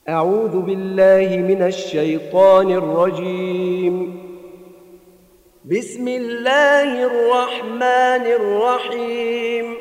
أعوذ بالله من الشيطان الرجيم. بسم الله الرحمن الرحيم.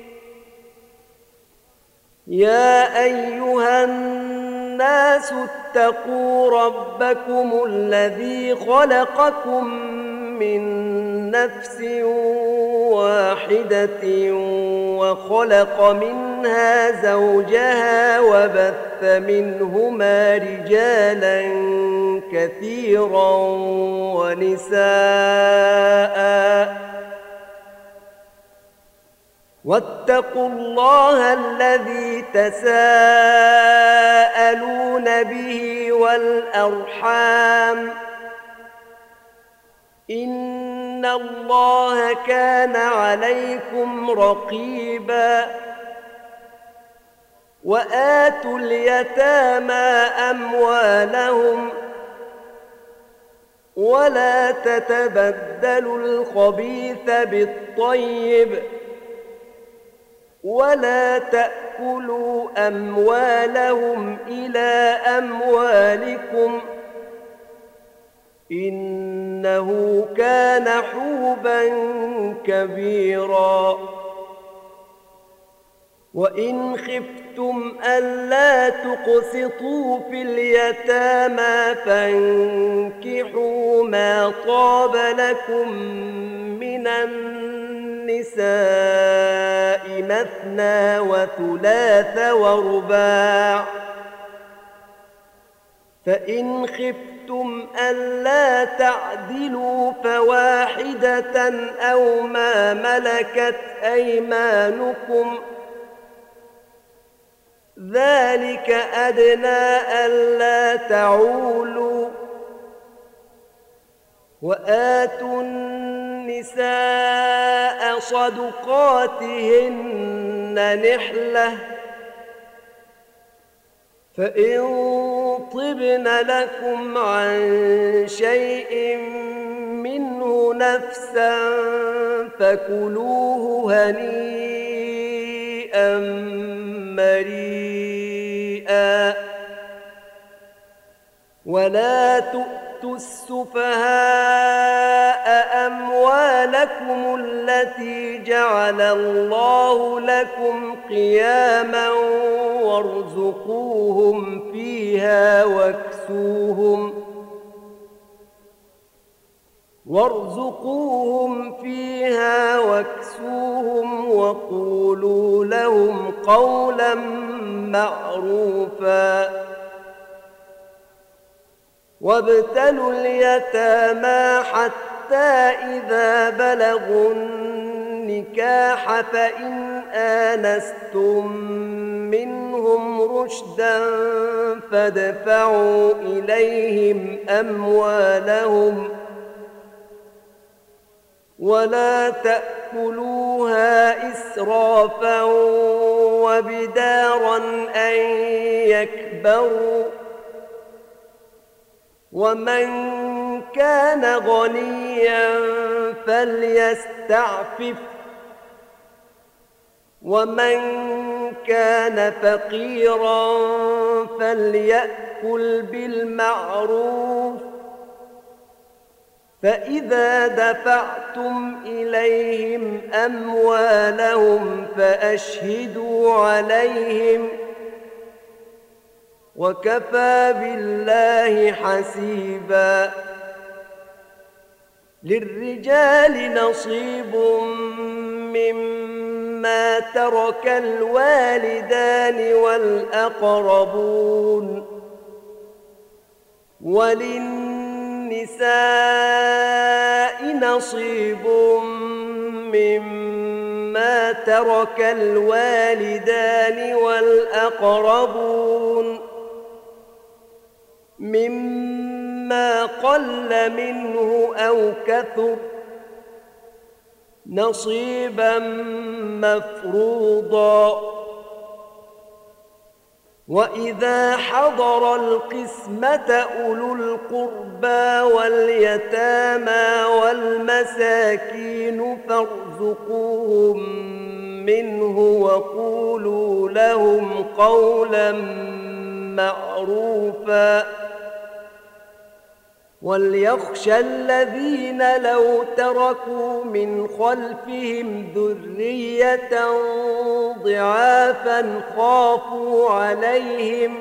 يا أيها الناس اتقوا ربكم الذي خلقكم من نفس واحدة وخلق منها زوجها وبث منهما رجالا كثيرا ونساء واتقوا الله الذي تساءلون به والأرحام إن الله كان عليكم رقيبا. وآتوا اليتامى أموالهم ولا تتبدلوا الخبيث بالطيب ولا تأكلوا أموالهم إلى أموالكم إنه كان حوبا كبيرا. وإن خفتم ألا تقسطوا في اليتامى فانكحوا ما طاب لكم من النساء مثنى وثلاث ورباع، فإن خفتم ألا تعدلوا فواحدة أو ما ملكت أيمانكم ذلك أدنى ألا تعولوا. وآتوا النساء صدقاتهن نحلة، فإن طبن لكم عن شيء منه نفسا فكلوه هنيئا مريئا. ولا تؤتوا السفهاء أموالكم التي جعل الله لكم قياما وارزقوهم فيها واكسوهم وقولوا لهم قولا معروفا. وابتلوا اليتامى حتى إذا بلغوا النكاح فإن آنستم منهم رشدا فادفعوا إليهم أموالهم ولا تأكلوها إسرافا وبدارا أن يكبروا. ومن كان غنيا فليستعفف ومن كان فقيرا فليأكل بالمعروف. فإذا دفعتم إليهم أموالهم فأشهدوا عليهم وكفى بالله حسيبا. للرجال نصيب مما ترك الوالدان والأقربون وللنساء نصيب مما ترك الوالدان والأقربون مما قل منه أو كثر نصيبا مفروضا. وإذا حضر القسمة أولو القربى واليتامى والمساكين فارزقوهم منه وقولوا لهم قولا معروفا وليخشى الذين لو تركوا من خلفهم ذرية ضعافا خافوا عليهم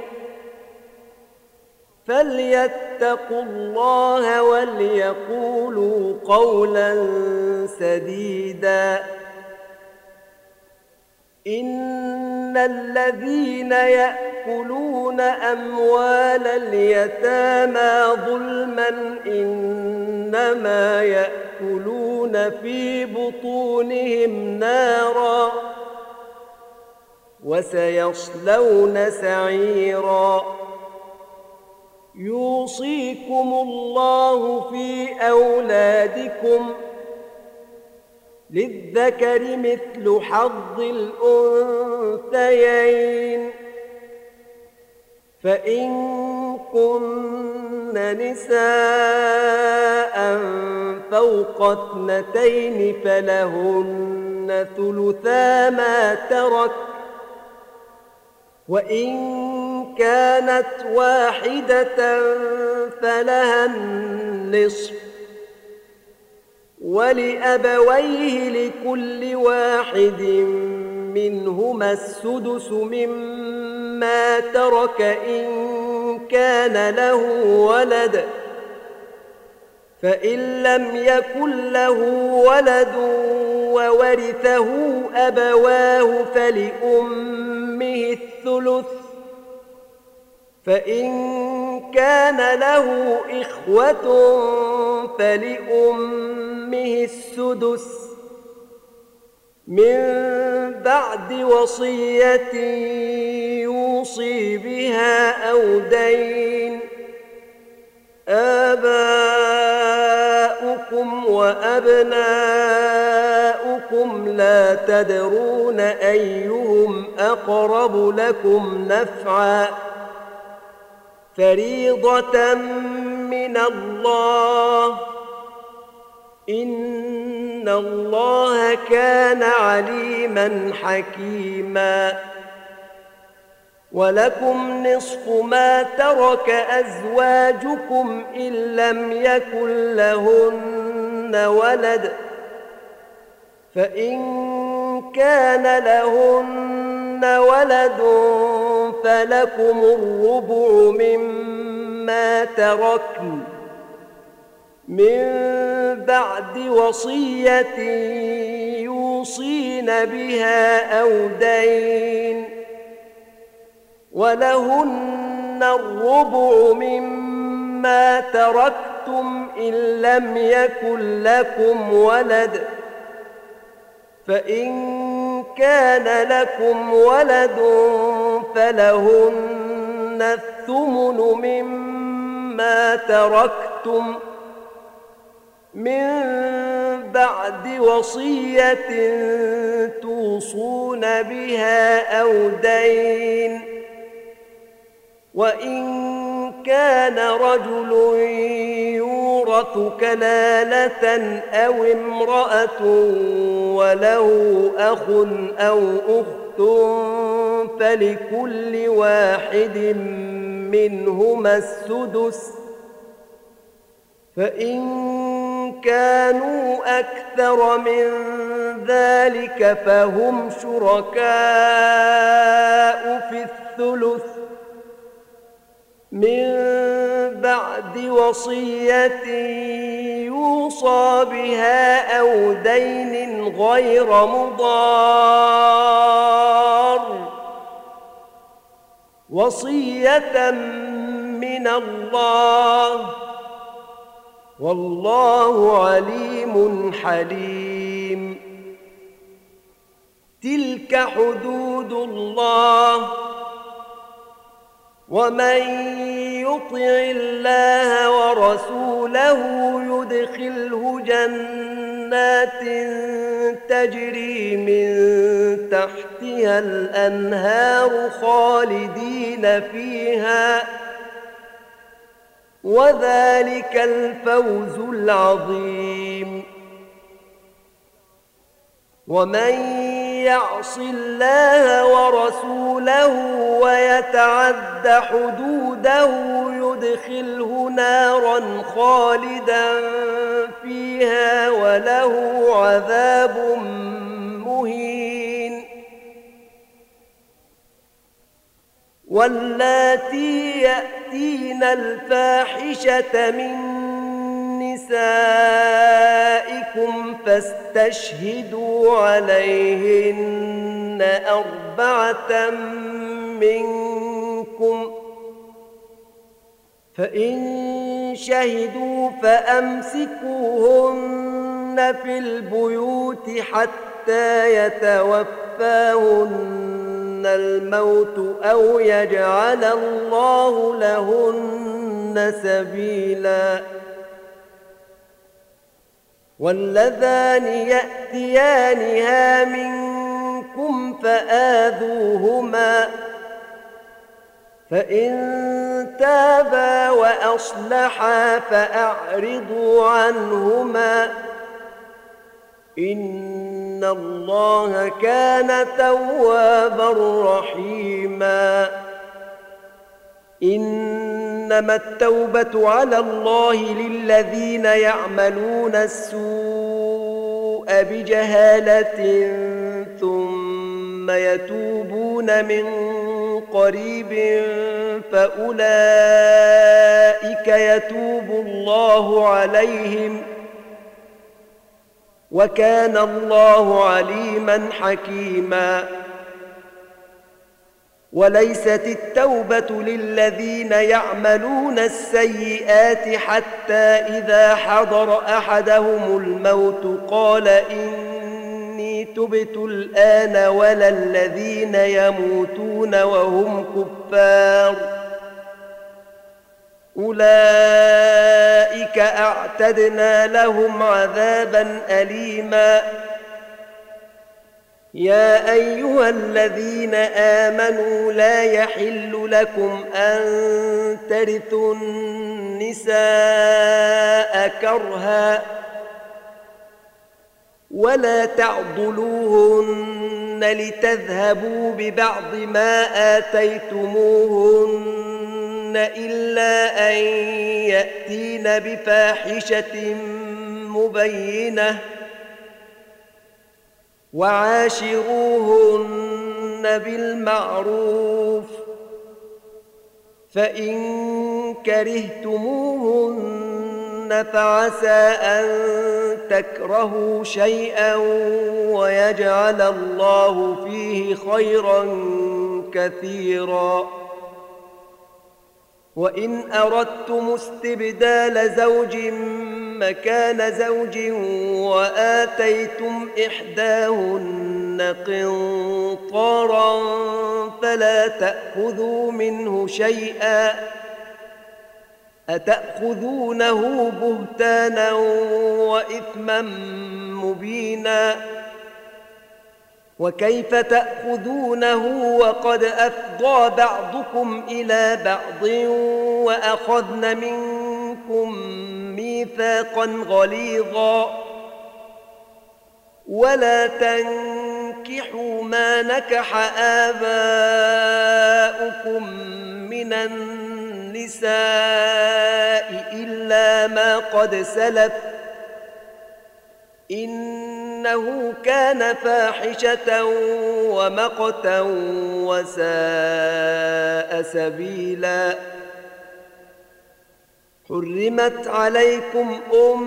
فليتقوا الله وليقولوا قولا سديدا إن الذين يأكلون أموال اليتامى ظلما إنما يأكلون في بطونهم نارا وسيصلون سعيرا يوصيكم الله في أولادكم للذكر مثل حظ الأنثيين فإن كن نساء فوق 2 فلهن ثلثا ما ترك وإن كانت واحدة فلها النصف ولأبويه لكل واحد منهما السدس مما ترك إن كان له ولد فإن لم يكن له ولد وورثه أبواه فلأمه الثلث فإن كان له إخوة فلأمه السدس من بعد وصية يوصي بها أو دين آباؤكم وأبناؤكم لا تدرون أيهم أقرب لكم نفعا فريضة من الله إن الله كان عليما حكيما ولكم نصف ما ترك أزواجكم إن لم يكن لهن ولد فإن كان لهن ولد فلكم الربع مما تركن من بعد وصية يوصين بها أو دين ولهن الربع مما تركتم إن لم يكن لكم ولد فإن كان لكم ولد فلهن الثمن مما تركتم من بعد وصية توصون بها أو دين وإن كان رجل يورث كلالة أو امرأة وله أخ أو أخت فلكل واحد منهما السدس فإن كانوا أكثر من ذلك فهم شركاء في الثلث من بعد وصية يوصى بها أو دين غير مضار وصية من الله والله عليم حليم تلك حدود الله ومن يطع الله ورسوله يدخله جنات تجري من تحتها الأنهار خالدين فيها وذلك الفوز العظيم ومن يعص الله ورسوله ويتعد حدوده يدخله نارا خالدا فيها وله عذاب مهين. واللاتي يأتين الفاحشة من نسائكم فاستشهدوا عليهن 4 منكم، فإن شهدوا فأمسكوهن في البيوت حتى يتوفاهن الموت أو يجعل الله لهن سبيلا. واللذان يأتيانها منكم فآذوهما، فإن تابا وأصلحا فأعرضوا عنهما، إن الله كان توابا رحيما. إنما التوبة على الله للذين يعملون السوء بجهالة ثم يتوبون من قريب فأولئك يتوب الله عليهم، وكان الله عليما حكيما. وليست التوبة للذين يعملون السيئات حتى إذا حضر أحدهم الموت قال إني تبت الآن، ولا الذين يموتون وهم كفار، أولئك أعتدنا لهم عذابا أليما. يا أيها الذين آمنوا لا يحل لكم أن ترثوا النساء كرها ولا تعضلوهن لتذهبوا ببعض ما آتيتموهن إلا أن يأتين بفاحشة مبينة، وعاشروهن بالمعروف، فإن كرهتموهن فعسى أن تكرهوا شيئا ويجعل الله فيه خيرا كثيرا. وإن أردتم استبدال زوج مكان زوج وآتيتم إحداهن قنطارا فلا تأخذوا منه شيئا، أتأخذونه بهتانا وإثما مبينا، وكيف تأخذونه وقد أفضى بعضكم إلى بعض وأخذن منكم ميثاقا غليظا. ولا تنكحوا ما نكح آباؤكم من النساء إلا ما قد سلف، إنه كان فاحشة ومقتا وساء سبيلا. حرمت عليكم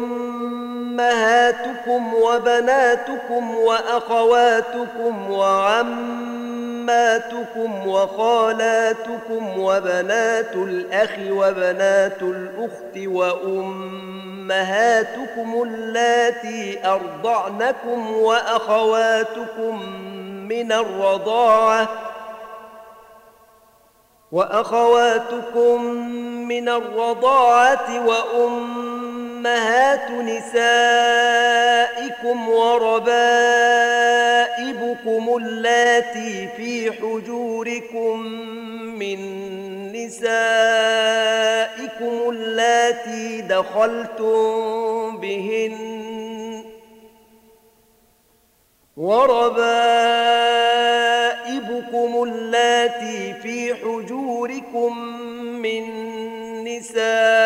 أمهاتكم وبناتكم وأخواتكم وعماتكم وخالاتكم وبنات الأخ وبنات الأخت وأمهاتكم اللاتي أرضعنكم وأخواتكم من الرضاعة وأمهات نسائكم وربائبكم اللاتي في حجوركم من نسائكم اللاتي دخلتم بهن، وربائبكم اللاتي في حجوركم من نسائكم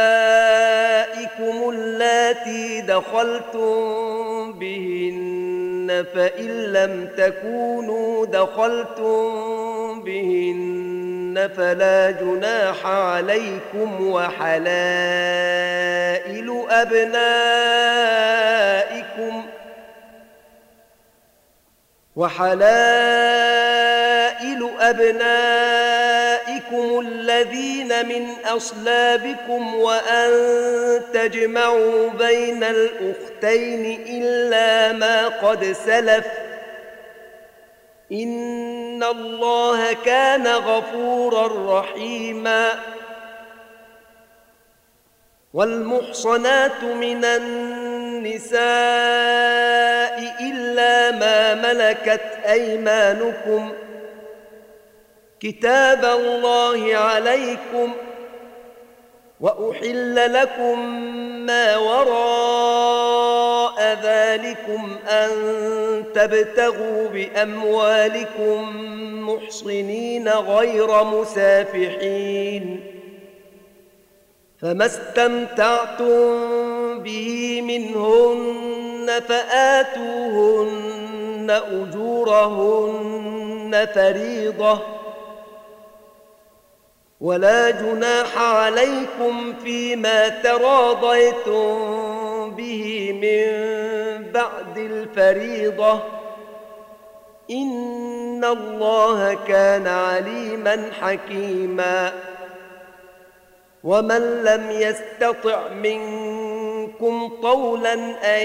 اللاتي دخلتم بهن فإن لم تكونوا دخلتم بهن فلا جناح عليكم وحلائل أبنائكم الذين من أصلابكم وأن تجمعوا بين الأختين إلا ما قد سلف إن الله كان غفورا رحيما والمحصنات من النساء إلا ما ملكت أيمانكم كتاب الله عليكم وأحل لكم ما وراء ذلكم أن تبتغوا بأموالكم محصنين غير مسافحين فما استمتعتم به منهن فآتوهن أجورهن فريضة ولا جناح عليكم فيما تراضيتم به من بعد الفريضة إن الله كان عليما حكيما ومن لم يستطع منكم طولا أن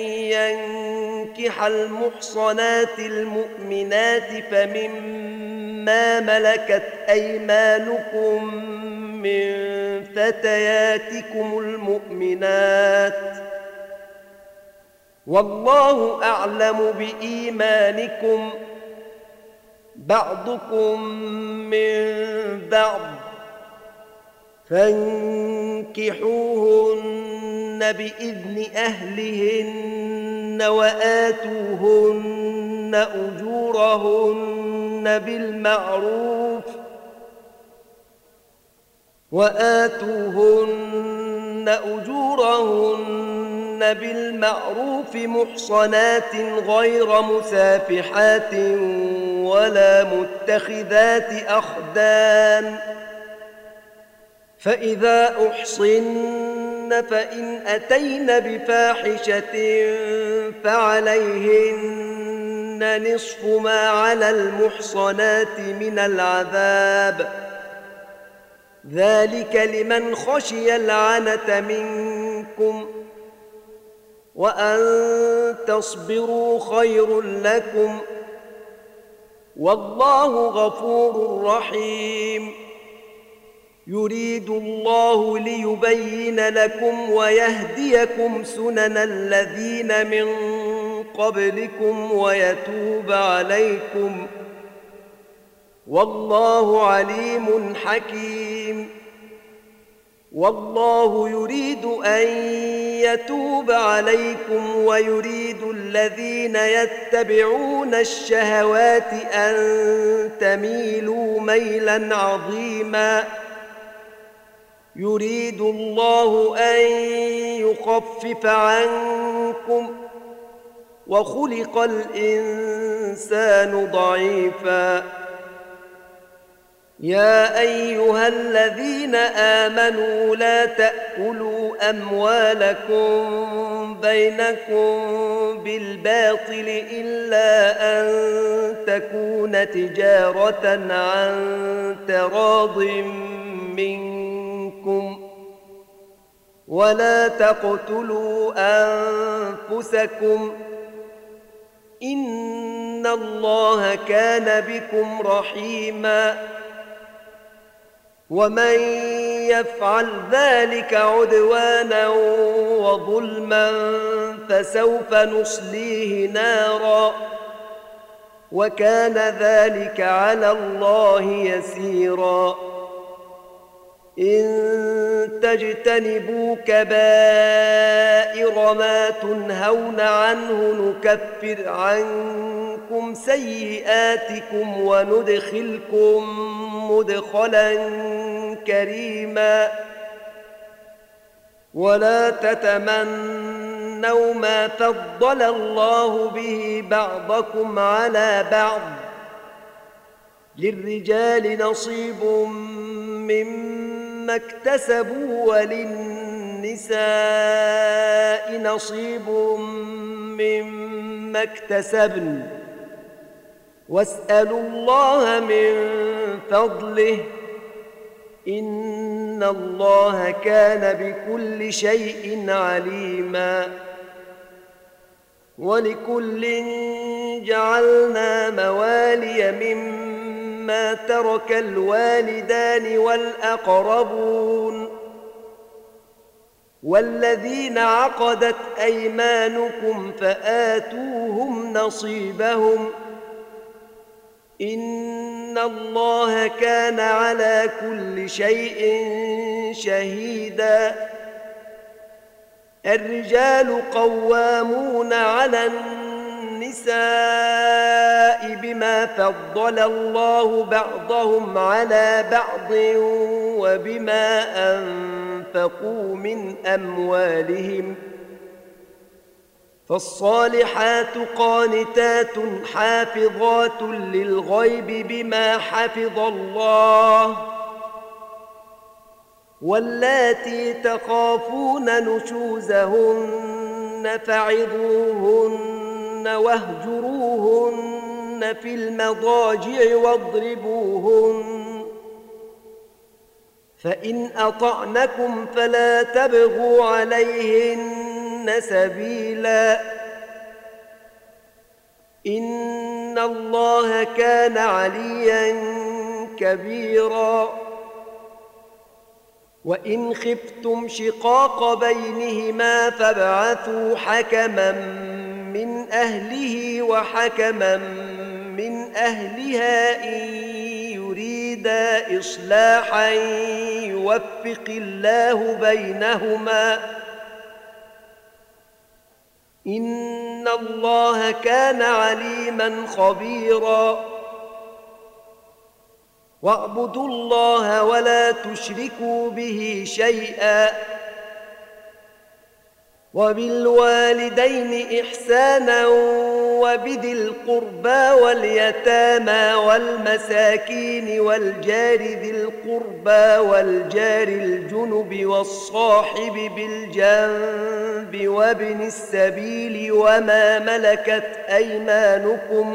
ينكح المحصنات المؤمنات فمما ملكت أيمانكم من فتياتكم المؤمنات والله أعلم بإيمانكم بعضكم من بعض فانكحوهن بإذن أهلهن وآتوهن أجورهن بالمعروف محصنات غير مسافحات ولا متخذات أخدان فإذا أحصن فإن أتين بفاحشة فعليهن نصف ما على المحصنات من العذاب ذلك لمن خشي العنة منكم وأن تصبروا خير لكم والله غفور رحيم يريد الله ليبين لكم ويهديكم سنن الذين من قبلكم ويتوب عليكم والله عليم حكيم والله يريد أن يتوب عليكم ويريد الذين يتبعون الشهوات أن تميلوا ميلا عظيما يريد الله أن يخفف عنكم وخلق الإنسان ضعيفا يا أيها الذين آمنوا لا تأكلوا أموالكم بينكم بالباطل إلا أن تكون تجارة عن تراض منكم ولا تقتلوا أنفسكم إن الله كان بكم رحيما ومن يفعل ذلك عدوانا وظلما فسوف نصليه نارا وكان ذلك على الله يسيرا إن تجتنبوا كبائر كبائر ما تنهون عنه نكفر عنكم سيئاتكم وندخلكم مدخلا كريما ولا تتمنوا ما فضل الله به بعضكم على بعض للرجال نصيب مما اكتسبوا وللنساء نصيب مما اكتسبن واسألوا الله من فضله إن الله كان بكل شيء عليما ولكل جعلنا موالي مما ترك الوالدان والأقربون والذين عقدت أيمانكم فآتوهم نصيبهم إن الله كان على كل شيء شهيدا الرجال قوامون على النساء بما فضل الله بعضهم على بعض وبما أنفقوا من أموالهم فالصالحات قانتات حافظات للغيب بما حفظ الله واللاتي تخافون نشوزهن فعظوهن واهجروهن في المضاجع واضربوهن فإن أطعنكم فلا تبغوا عليهن سبيلا إن الله كان عليا كبيرا وإن خفتم شقاق بينهما فابعثوا حكما من أهله وحكما من أهلها إن يريدا إصلاحا يوفق الله بينهما إن الله كان عليما خبيرا واعبدوا الله ولا تشركوا به شيئا وبالوالدين إحسانا وبذي القربى واليتامى والمساكين والجار ذي القربى والجار الجنب والصاحب بالجنب وابن السبيل وما ملكت أيمانكم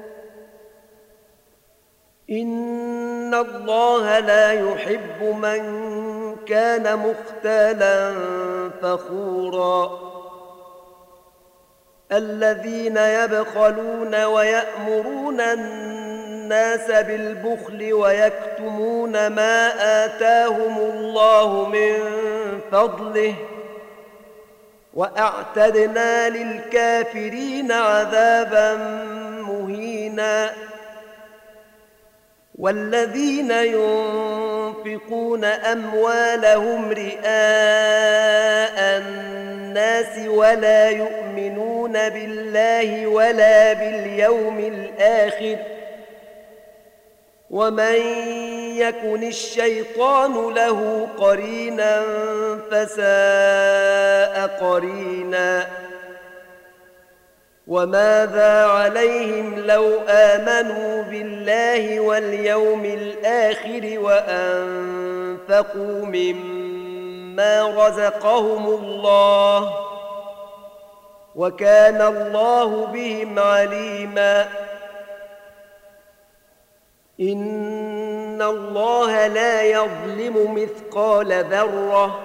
إن الله لا يحب من كان مختالا فخورا الذين يبخلون ويأمرون الناس بالبخل ويكتمون ما آتاهم الله من فضله وأعتدنا للكافرين عذابا مهينا والذين ينفقون أموالهم رئاء الناس ولا يؤمنون بالله ولا باليوم الآخر ومن يكن الشيطان له قرينا فساء قرينا وماذا عليهم لو آمنوا بالله واليوم الآخر وأنفقوا مما رزقهم الله وكان الله بهم عليما إن الله لا يظلم مثقال ذرة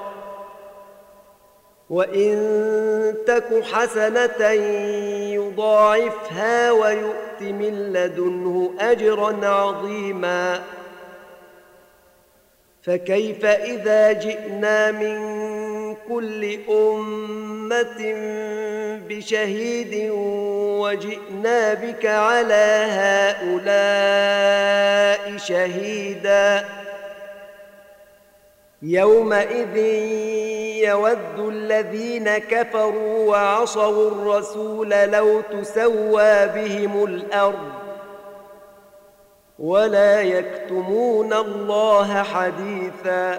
وإن تك حسنة يضاعفها ويؤت من لدنه أجرا عظيما فكيف إذا جئنا من كل أمة بشهيد وجئنا بك على هؤلاء شهيدا يومئذ يود الذين كفروا وعصوا الرسول لو تسوى بهم الأرض ولا يكتمون الله حديثا.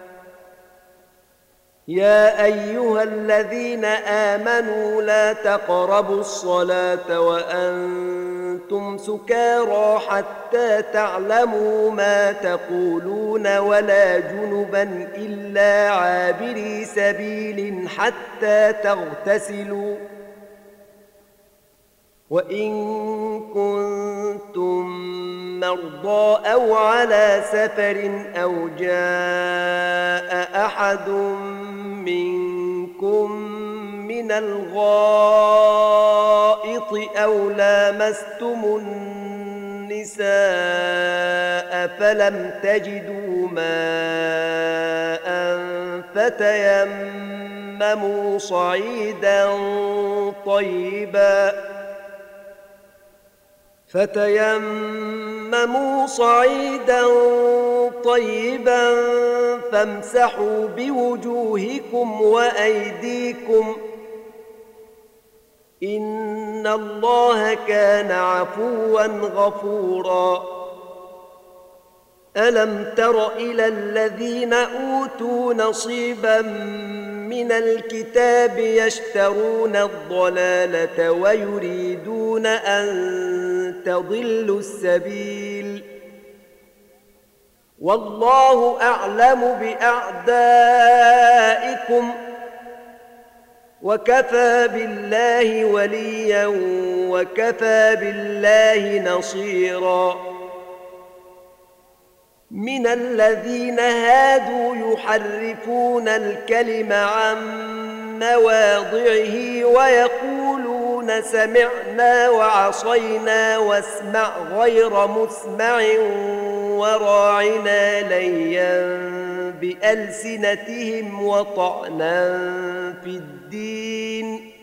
يا أيها الذين آمنوا لا تقربوا الصلاة وأنتم سكارى حتى تعلموا ما تقولون ولا جنبا إلا عابري سبيل حتى تغتسلوا، وإن كنتم مرضى أو على سفر أو جاء أحد منكم من الغائط أو لامستم النساء فلم تجدوا ماء فتيمموا صعيدا طيبا فامسحوا بوجوهكم وأيديكم إن الله كان عفوا غفورا. ألم تر إلى الذين أوتوا نصيبا من الكتاب يشترون الضلالة ويريدون أن تضلوا السبيل، والله أعلم بأعدائكم وكفى بالله وليا وكفى بالله نصيرا. من الذين هادوا يحرفون الكلم عن مواضعه ويقولون سمعنا وعصينا واسمع غير مسمع وراعنا ليا بألسنتهم وطعنا في الدين،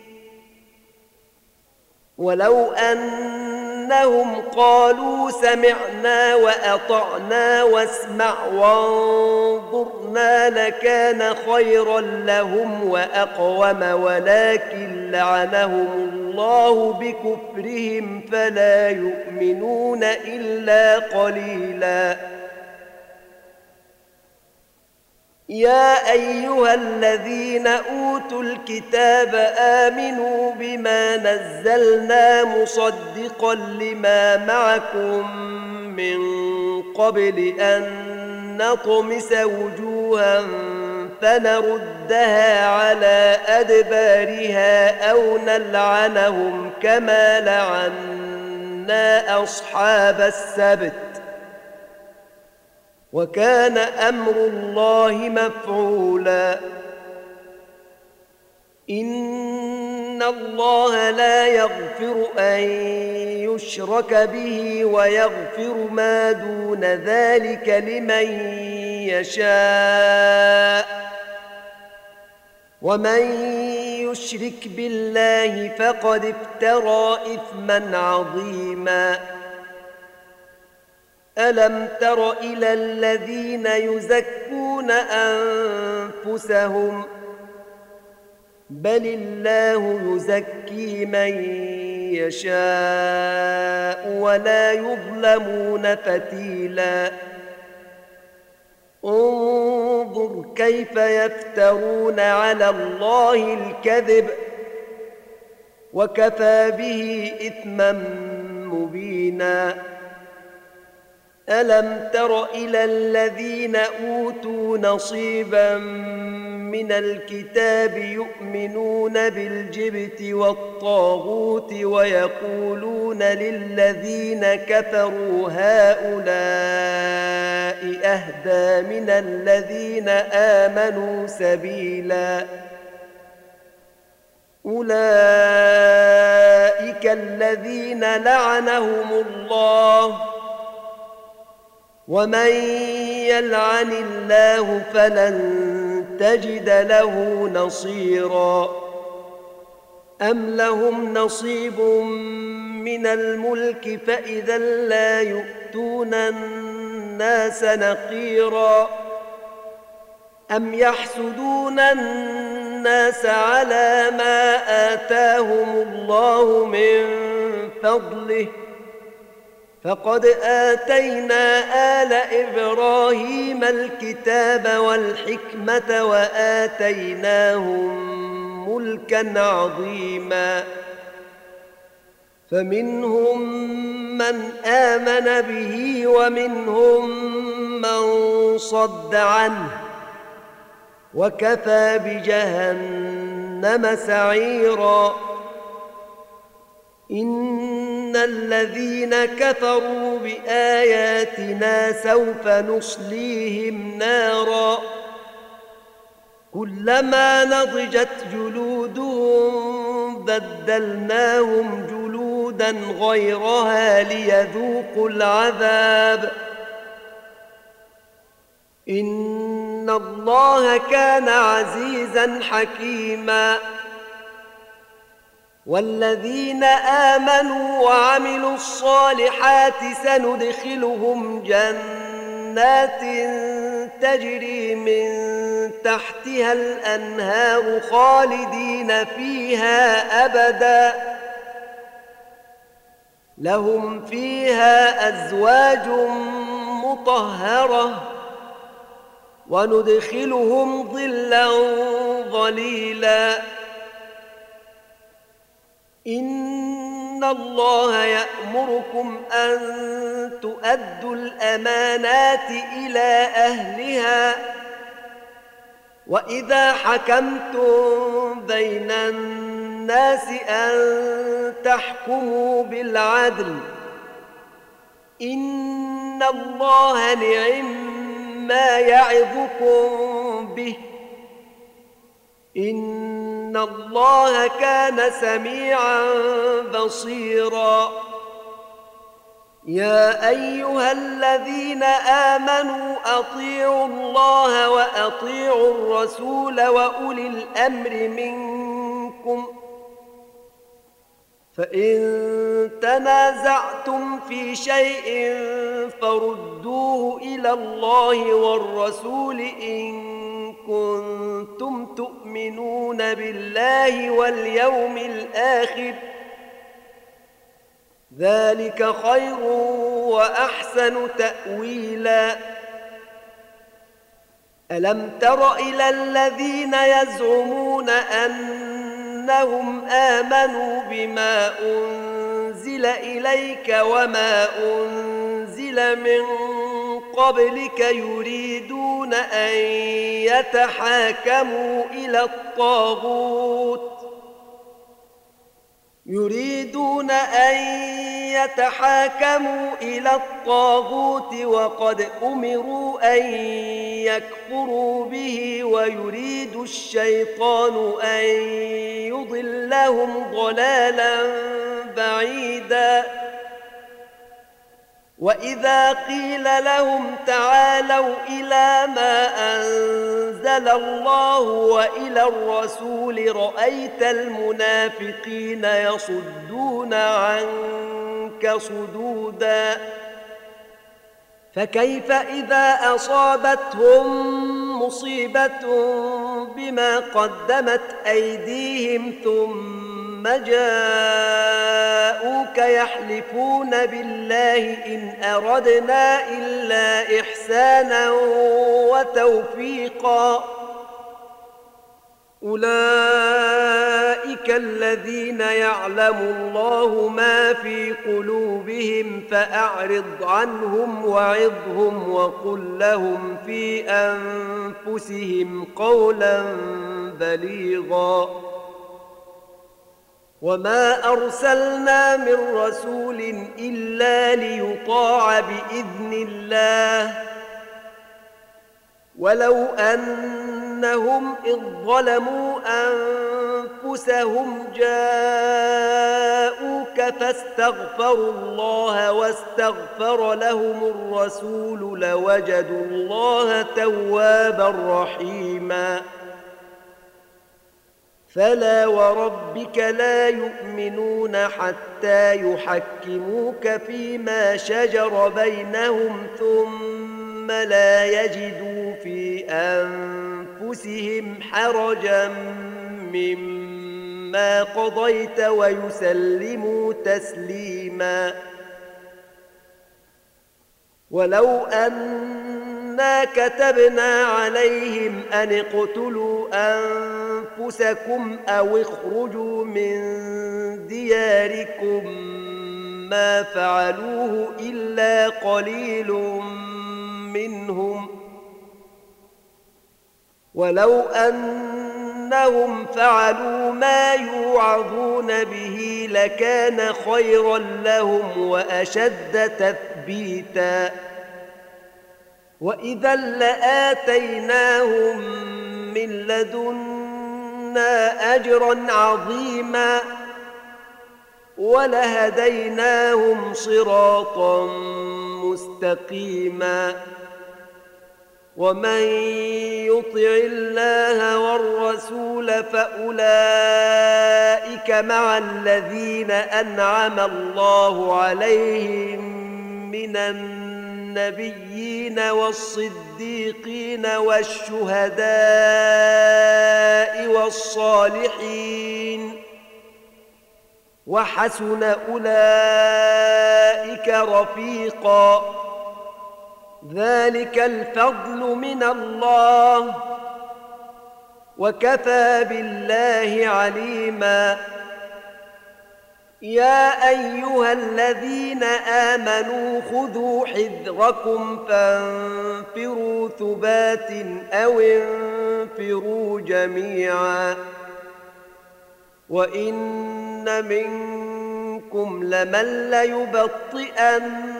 ولو أنهم قالوا سمعنا وأطعنا واسمع وانظرنا لكان خيرا لهم وأقوم، ولكن لعنهم الله بكفرهم فلا يؤمنون إلا قليلا. يا أيها الذين أوتوا الكتاب آمنوا بما نزلنا مصدقا لما معكم من قبل أن نطمس وجوها فنردها على أدبارها أو نلعنهم كما لعنا أصحاب السبت، وكان أمر الله مفعولا. إن الله لا يغفر أن يشرك به ويغفر ما دون ذلك لمن يشاء، ومن يشرك بالله فقد افترى إثما عظيما. ألم تر إلى الذين يزكون أنفسهم بل الله يزكي من يشاء ولا يظلمون فتيلا. انظر كيف يفترون على الله الكذب وكفى به إثما مبينا. ألم تر إلى الذين أوتوا نصيبا من الكتاب يؤمنون بالجبت والطاغوت ويقولون للذين كفروا هؤلاء أهدى من الذين آمنوا سبيلا. أولئك الذين لعنهم الله، ومن يلعن الله فلن تجد له نصيرا. أم لهم نصيب من الملك فإذا لا يؤتون الناس نقيرا. أم يحسدون الناس على ما آتاهم الله من فضله فقد آتينا آل إبراهيم الكتاب والحكمة وآتيناهم ملكا عظيما فمنهم من آمن به ومنهم من صد عنه وكفى بجهنم سعيرا إن الذين كفروا بآياتنا سوف نصليهم نارا كلما نضجت جلودهم بدلناهم جلودا غيرها ليذوقوا العذاب إن الله كان عزيزا حكيما والذين آمنوا وعملوا الصالحات سندخلهم جنات تجري من تحتها الأنهار خالدين فيها أبدا لهم فيها أزواج مطهرة وندخلهم ظلا ظليلا إن الله يأمركم أن تؤدوا الأمانات إلى أهلها وإذا حكمتم بين الناس أن تحكموا بالعدل إن الله نعم ما يعظكم به إن الله كان سميعا بصيرا يا أيها الذين آمنوا أطيعوا الله وأطيعوا الرسول وأولي الأمر منكم فإن تنازعتم في شيء فردوه إلى الله والرسول إن كنتم تؤمنون بالله واليوم الآخر ذلك خير وأحسن تأويلا ألم تر إلى الذين يزعمون أنهم آمنوا بما أنزل إليك وما أنزل من قبلك يريدون أن يتحاكموا إلى الطاغوت وقد أمروا أن يكفروا به ويريد الشيطان أن يضلهم ضلالا بعيدا وإذا قيل لهم تعالوا إلى ما أنزل الله وإلى الرسول رأيت المنافقين يصدون عنك صدودا فكيف إذا أصابتهم مصيبة بما قدمت أيديهم ثم جاءوك يحلفون بالله إن أردنا إلا إحسانا وتوفيقا أولئك الذين يعلم الله ما في قلوبهم فأعرض عنهم وعظهم وقل لهم في أنفسهم قولا بليغا وما أرسلنا من رسول إلا ليطاع بإذن الله ولو أنهم إذ ظلموا أنفسهم جاءوك فاستغفروا الله واستغفر لهم الرسول لوجدوا الله توابا رحيما فلا وربك لا يؤمنون حتى يحكموك فيما شجر بينهم ثم لا يجدوا في أنفسهم أنفسهم حرجا مما قضيت ويسلموا تسليما. ولو أنا كتبنا عليهم أن اقتلوا أنفسكم أو اخرجوا من دياركم ما فعلوه إلا قليل منهم، ولو أنهم فعلوا ما يوعظون به لكان خيرا لهم وأشد تثبيتا، وإذا لآتيناهم من لدنا أجرا عظيما ولهديناهم صراطا مستقيما. ومن يطع الله والرسول فأولئك مع الذين أنعم الله عليهم من النبيين والصديقين والشهداء والصالحين وحسن أولئك رفيقا. ذلك الفضل من الله وكفى بالله عليما. يا أيها الذين آمنوا خذوا حذركم فانفروا ثبات أو انفروا جميعا وإن منكم لمن ليبطئن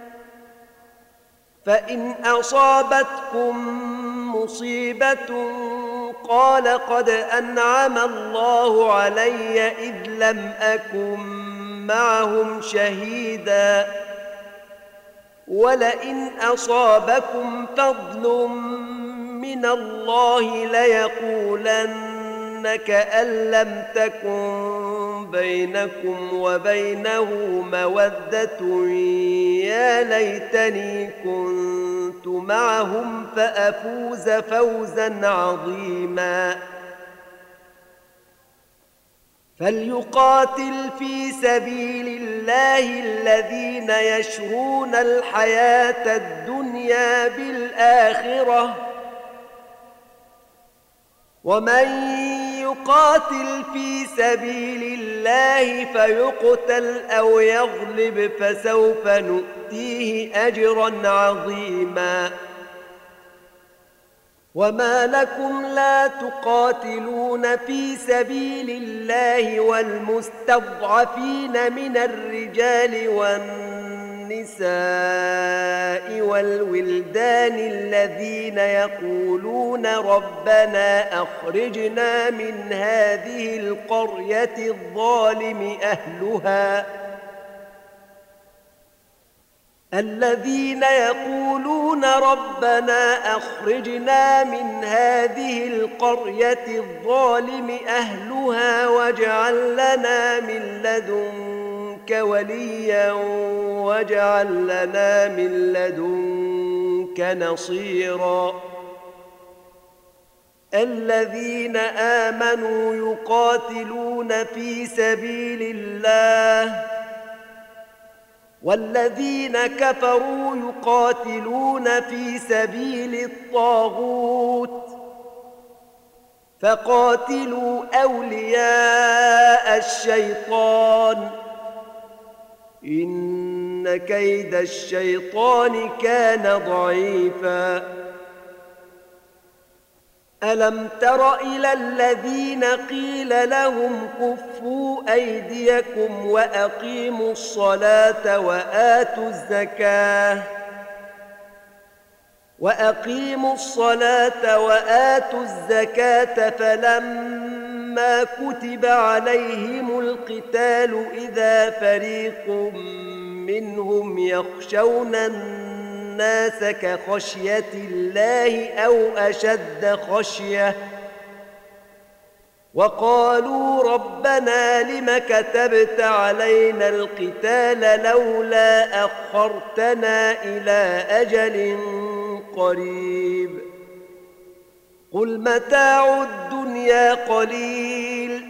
فإن أصابتكم مصيبة قال قد أنعم الله علي إذ لم أكن معهم شهيدا ولئن أصابكم فضل من الله ليقولن كأن لم تكن بينكم وبينه مودة يا ليتني كنت معهم فأفوز فوزا عظيما. فليقاتل في سبيل الله الذين يشرون الحياة الدنيا بالآخرة ومن يقاتل في سبيل الله فيقتل أو يغلب فسوف نؤتيه أجرا عظيما. وما لكم لا تقاتلون في سبيل الله والمستضعفين من الرجال والنساء والولدان الذين يقولون ربنا أخرجنا من هذه القرية الظالم أهلها واجعل لنا من لدنك وليا واجعل لنا من لدنك نصيرا. الذين آمنوا يقاتلون في سبيل الله والذين كفروا يقاتلون في سبيل الطاغوت فقاتلوا أولياء الشيطان إن كيد الشيطان كان ضعيفا. ألم تر إلى الذين قيل لهم كفوا أيديكم وأقيموا الصلاة وآتوا الزكاة فلما كتب عليهم القتال إذا فريق منهم يخشون الناس كخشية الله أو أشد خشية وقالوا ربنا لم كتبت علينا القتال لولا أخرتنا إلى أجل قريب قل متاع الدنيا قليل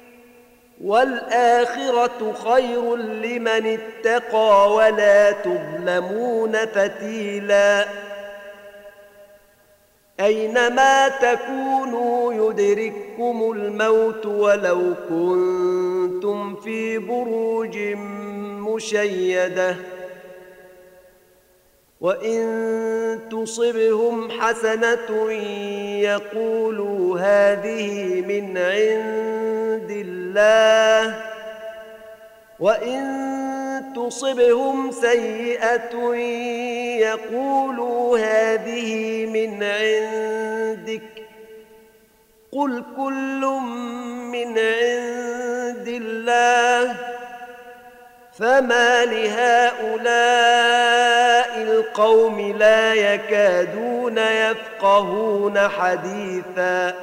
والآخرة خير لمن اتقى ولا تظلمون فتيلا أينما تكونوا يدرككم الموت ولو كنتم في بروج مشيدة وإن تصبهم حسنة يقولوا هذه من عند الله وإن تصبهم سيئة يقولوا هذه من عندك قل كل من عند الله فما لهؤلاء القوم لا يكادون يفقهون حديثا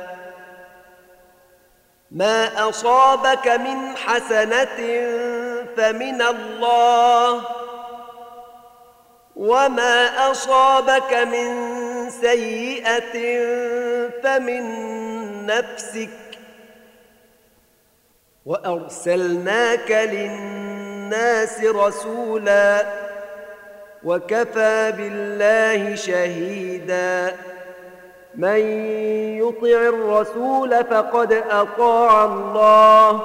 ما أصابك من حسنة فمن الله وما أصابك من سيئة فمن نفسك وأرسلناك للناس رسولا وكفى بالله شهيدا من يطع الرسول فقد أطاع الله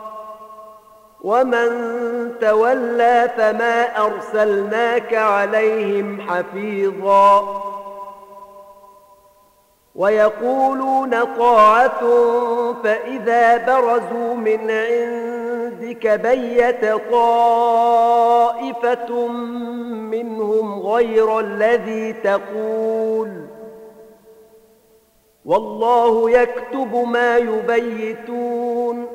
ومن تولى فما أرسلناك عليهم حفيظا ويقولون طاعة فإذا برزوا من عندك بيت طائفة منهم غير الذي تقول والله يكتب ما يبيتون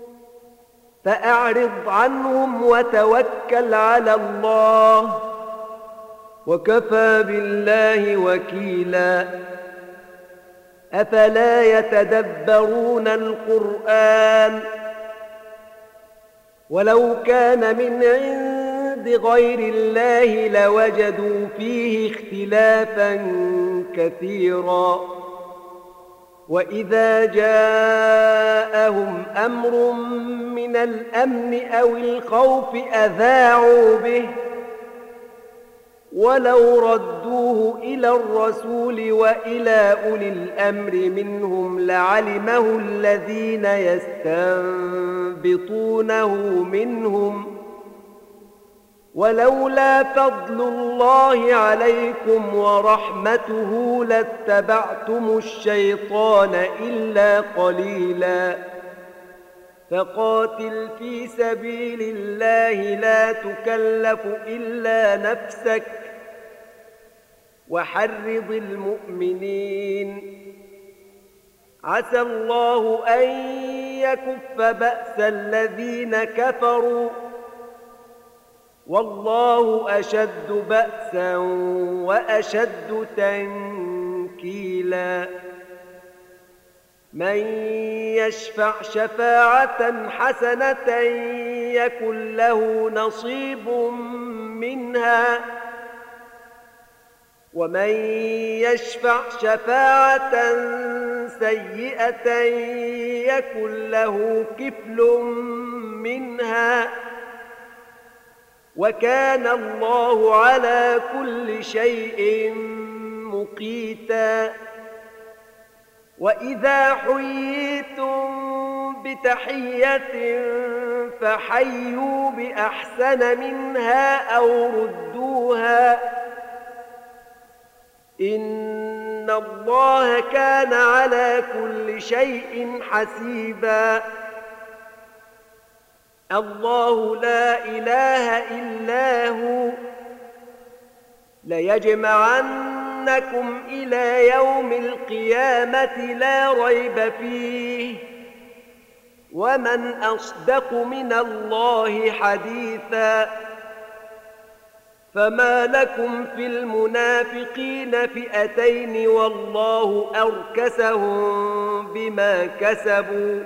فأعرض عنهم وتوكل على الله وكفى بالله وكيلا أفلا يتدبرون القرآن ولو كان من عند غير الله لوجدوا فيه اختلافا كثيرا وإذا جاءهم أمر من الأمن أو الخوف أذاعوا به ولو ردوه إلى الرسول وإلى أولي الأمر منهم لعلمه الذين يستنبطونه منهم ولولا فضل الله عليكم ورحمته لاتبعتم الشيطان إلا قليلا فقاتل في سبيل الله لا تكلف إلا نفسك وحرض المؤمنين عسى الله أن يكف بأس الذين كفروا والله أشد بأسا وأشد تنكيلا من يشفع شفاعة حسنة يكن له نصيب منها ومن يشفع شفاعة سيئة يكن له كفل منها وكان الله على كل شيء مقيتا وإذا حييتم بتحية فحيوا بأحسن منها أو ردوها إن الله كان على كل شيء حسيبا الله لا إله إلا هو ليجمعنكم إلى يوم القيامة لا ريب فيه ومن أصدق من الله حديثا فما لكم في المنافقين فئتين والله أركسهم بما كسبوا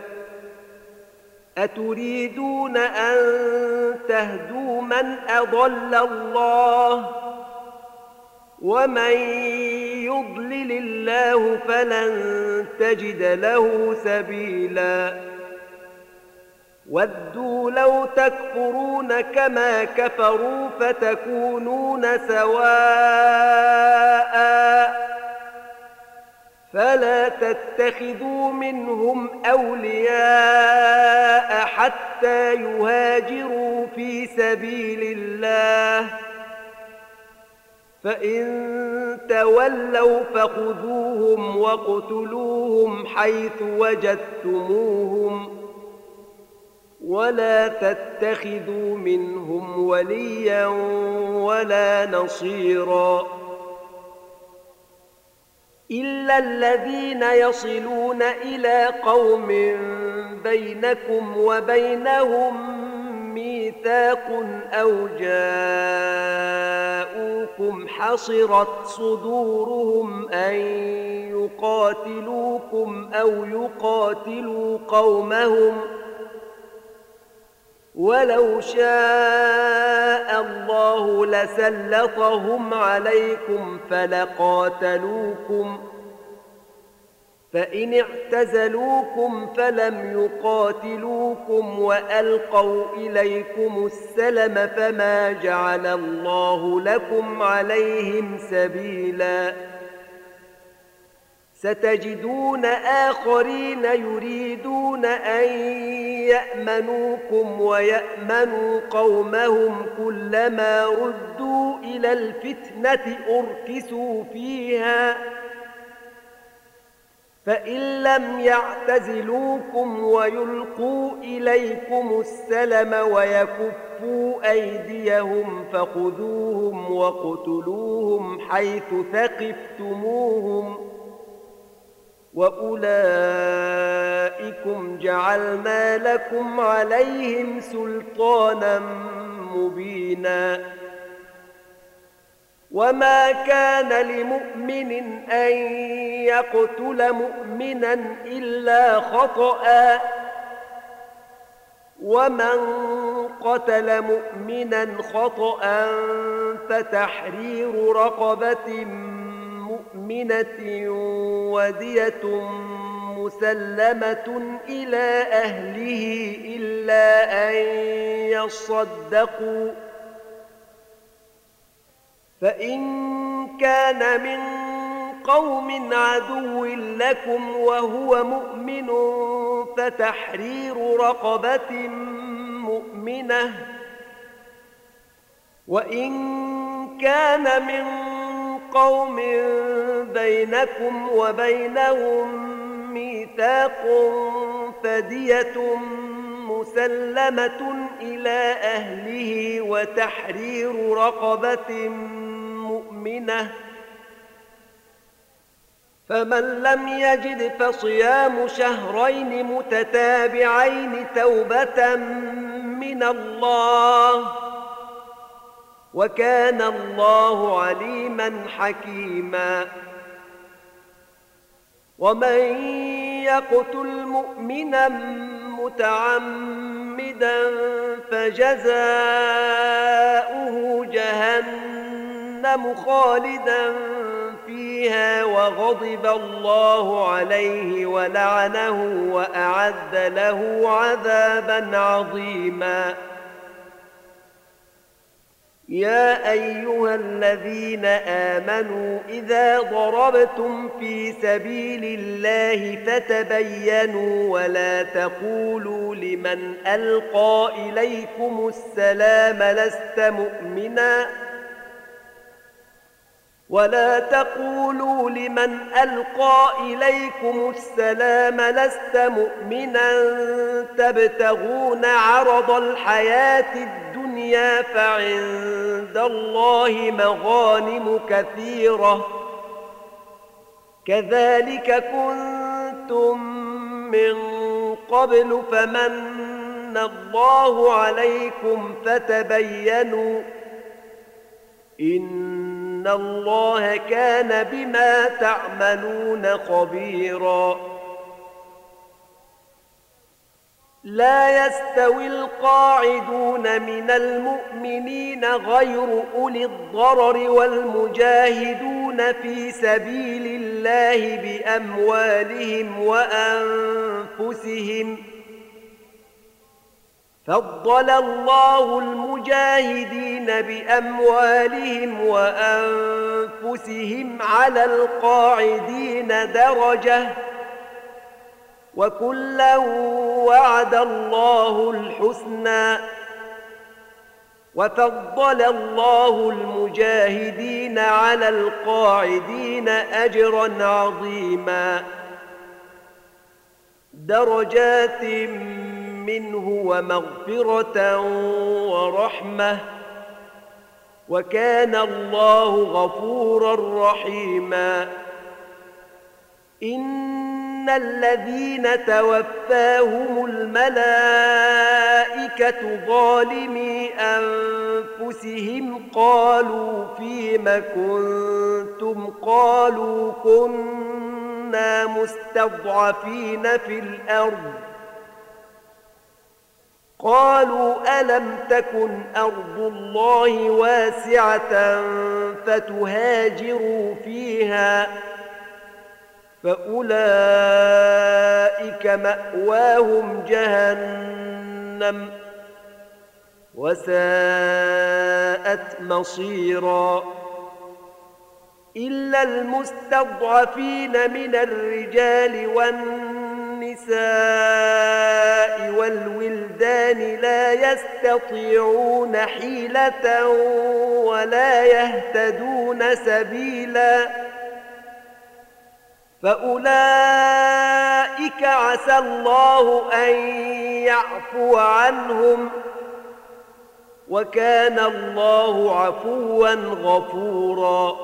أتريدون أن تهدوا من أضل الله ومن يضلل الله فلن تجد له سبيلا ودوا لو تكفرون كما كفروا فتكونون سواء فلا تتخذوا منهم أولياء حتى يهاجروا في سبيل الله فإن تولوا فخذوهم واقتلوهم حيث وجدتموهم ولا تتخذوا منهم وليا ولا نصيرا إلا الذين يصلون إلى قوم بينكم وبينهم ميثاق أو جاءوكم حصرت صدورهم أن يقاتلوكم أو يقاتلوا قومهم ولو شاء الله لسلطهم عليكم فلقاتلوكم فإن اعتزلوكم فلم يقاتلوكم وألقوا إليكم السلم فما جعل الله لكم عليهم سبيلا ستجدون آخرين يريدون أن يأمنوكم ويأمنوا قومهم كلما ردوا إلى الفتنة أركسوا فيها فإن لم يعتزلوكم ويلقوا إليكم السلم ويكفوا أيديهم فخذوهم واقتلوهم حيث ثقفتموهم وأولئكم جعلنا لكم عليهم سلطانا مبينا وما كان لمؤمن أن يقتل مؤمنا إلا خطأ ومن قتل مؤمنا خطأ فتحرير رقبة مؤمنة ودية مسلمة إلى أهله إلا أن يصدقوا فإن كان من قوم عدو لكم وهو مؤمن فتحرير رقبة مؤمنة وإن كان من قوم بينكم وبينهم ميثاق فدية مسلمة إلى أهله وتحرير رقبة مؤمنة فمن لم يجد فصيام شهرين متتابعين توبة من الله وكان الله عليما حكيما ومن يقتل مؤمنا متعمدا فجزاؤه جهنم خالدا فيها وغضب الله عليه ولعنه وأعد له عذابا عظيما يا أيها الذين آمنوا إذا ضربتم في سبيل الله فتبينوا لمن ألقى إليكم السلام لست مؤمنا تبتغون عرض الحياة الدنيا فعند الله مغانم كثيرة كذلك كنتم من قبل فمن الله عليكم فتبينوا إن الله كان بما تعملون خبيرا لا يستوي القاعدون من المؤمنين غير أولي الضرر والمجاهدون في سبيل الله بأموالهم وأنفسهم. فضل الله المجاهدين بأموالهم وأنفسهم على القاعدين درجة، وكلا وعد الله الحسنى. وفضل الله المجاهدين على القاعدين أجرا عظيما، درجات منه ومغفرة ورحمة، وكان الله غفورا رحيما. إن الذين توفاهم الملائكة ظالمي أنفسهم قالوا فيم كنتم؟ قالوا كنا مستضعفين في الأرض. قالوا ألم تكن أرض الله واسعة فتهاجروا فيها؟ فأولئك مأواهم جهنم وساءت مصيرا. إلا المستضعفين من الرجال والنساء والولدان لا يستطيعون حيلة ولا يهتدون سبيلا، فأولئك عسى الله أن يعفو عنهم، وكان الله عفوا غفورا.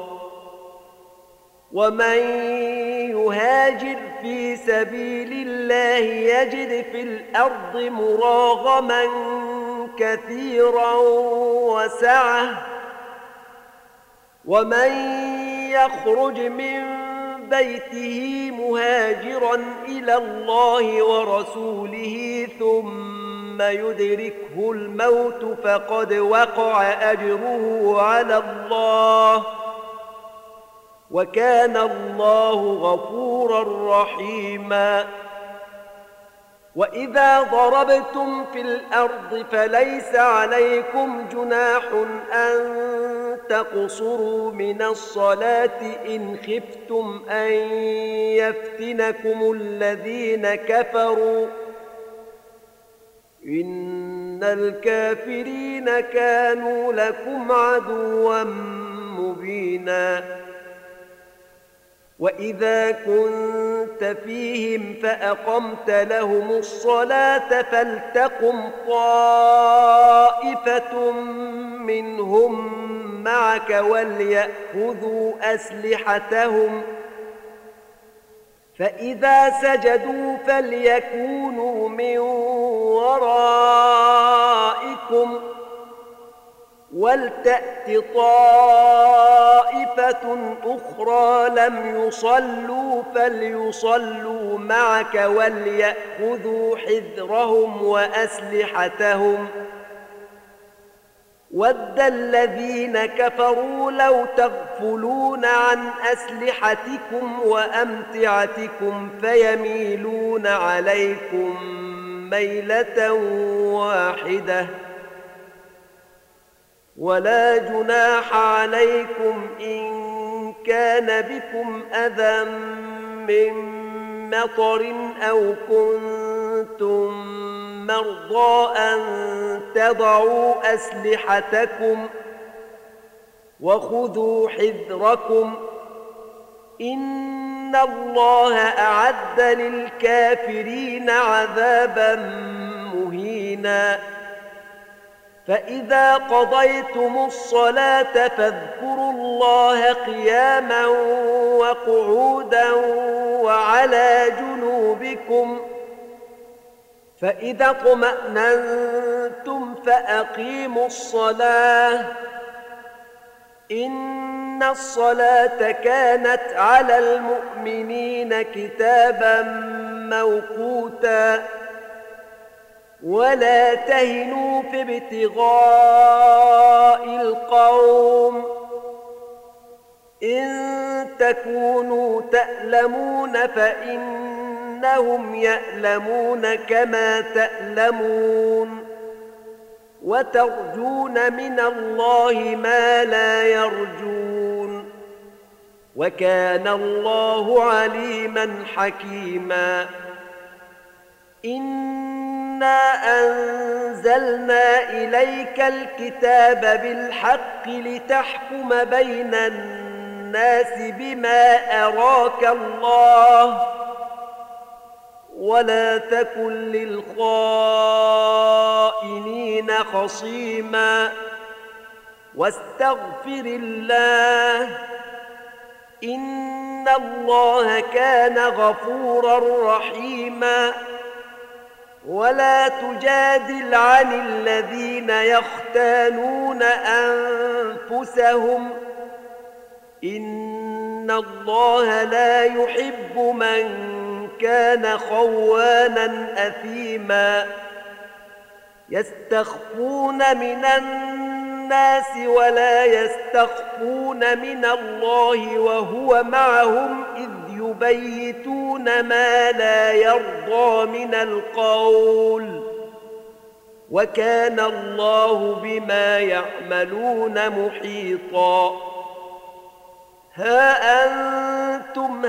ومن يهاجر في سبيل الله يجد في الأرض مراغما كثيرا وسعة، ومن يخرج من بيته مهاجرا إلى الله ورسوله ثم يدركه الموت فقد وقع أجره على الله، وكان الله غفورا رحيما. وإذا ضربتم في الأرض فليس عليكم جناح أن تقصروا من الصلاة إن خفتم أن يفتنكم الذين كفروا، إن الكافرين كانوا لكم عدوا مبينا. وإذا كنت فيهم فأقمت لهم الصلاة فلتقم طائفة منهم معك وليأخذوا أسلحتهم، فإذا سجدوا فليكونوا من ورائكم ولتأت طائفة أخرى لم يصلوا فليصلوا معك وليأخذوا حذرهم وأسلحتهم. ود الذين كفروا لو تغفلون عن أسلحتكم وأمتعتكم فيميلون عليكم ميلة واحدة، ولا جناح عليكم إن كان بكم أذى من مطر أو كنتم مرضى أن تضعوا أسلحتكم وخذوا حذركم، إن الله أعد للكافرين عذابا مهينا. فإذا قضيتم الصلاة فاذكروا الله قياما وقعودا وعلى جنوبكم، فإذا اطمأننتم فأقيموا الصلاة، إن الصلاة كانت على المؤمنين كتابا موقوتا. ولا تهنوا في ابتغاء القوم إن تكونوا تألمون فإنهم يألمون كما تألمون وترجون من الله ما لا يرجون وكان الله عليما حكيما إنا أنزلنا إليك الكتاب بالحق لتحكم بين الناس بما أراك الله ولا تكن للخائنين خصيما واستغفر الله إن الله كان غفورا رحيما ولا تجادل عن الذين يختانون أنفسهم إن الله لا يحب من كان خوانا أثيما يستخفون من الناس ولا يستخفون من الله وهو معهم إذ يبيتون ما لا يرضى من القول وكان الله بما يعملون محيطا ها أنتم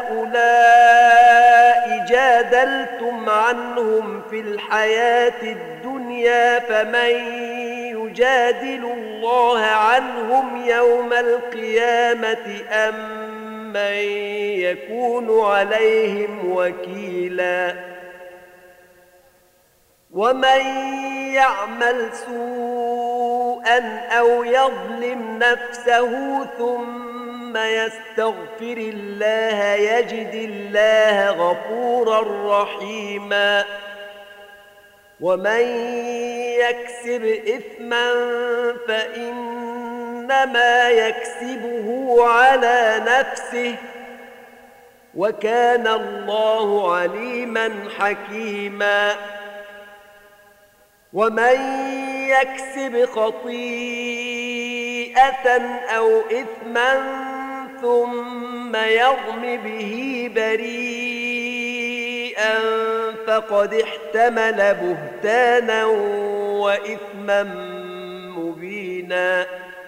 هؤلاء جادلتم عنهم في الحياة الدنيا فمن يجادل الله عنهم يوم القيامة أم من يكون عليهم وكيلا ومن يعمل سوءا أو يظلم نفسه ثم يستغفر الله يجد الله غفورا رحيما ومن يكسب إثما فإنما يكسبه على نفسه وكان الله عليما حكيما ومن يكسب خطيئة أو إثما ثم يرم به بريئا فقد احتمل بهتانا وإثما مبينا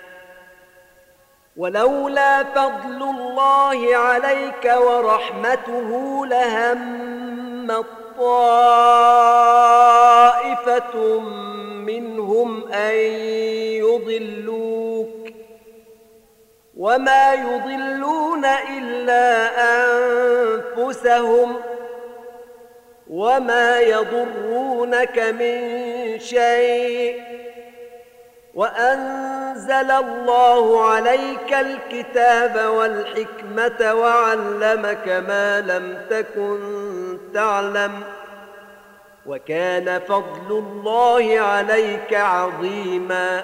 ولولا فضل الله عليك ورحمته لهم طائفة منهم أن يضلوك وما يضلون إلا أنفسهم وما يضرونك من شيء وأنزل الله عليك الكتاب والحكمة وعلمك ما لم تكن تعلم وكان فضل الله عليك عظيما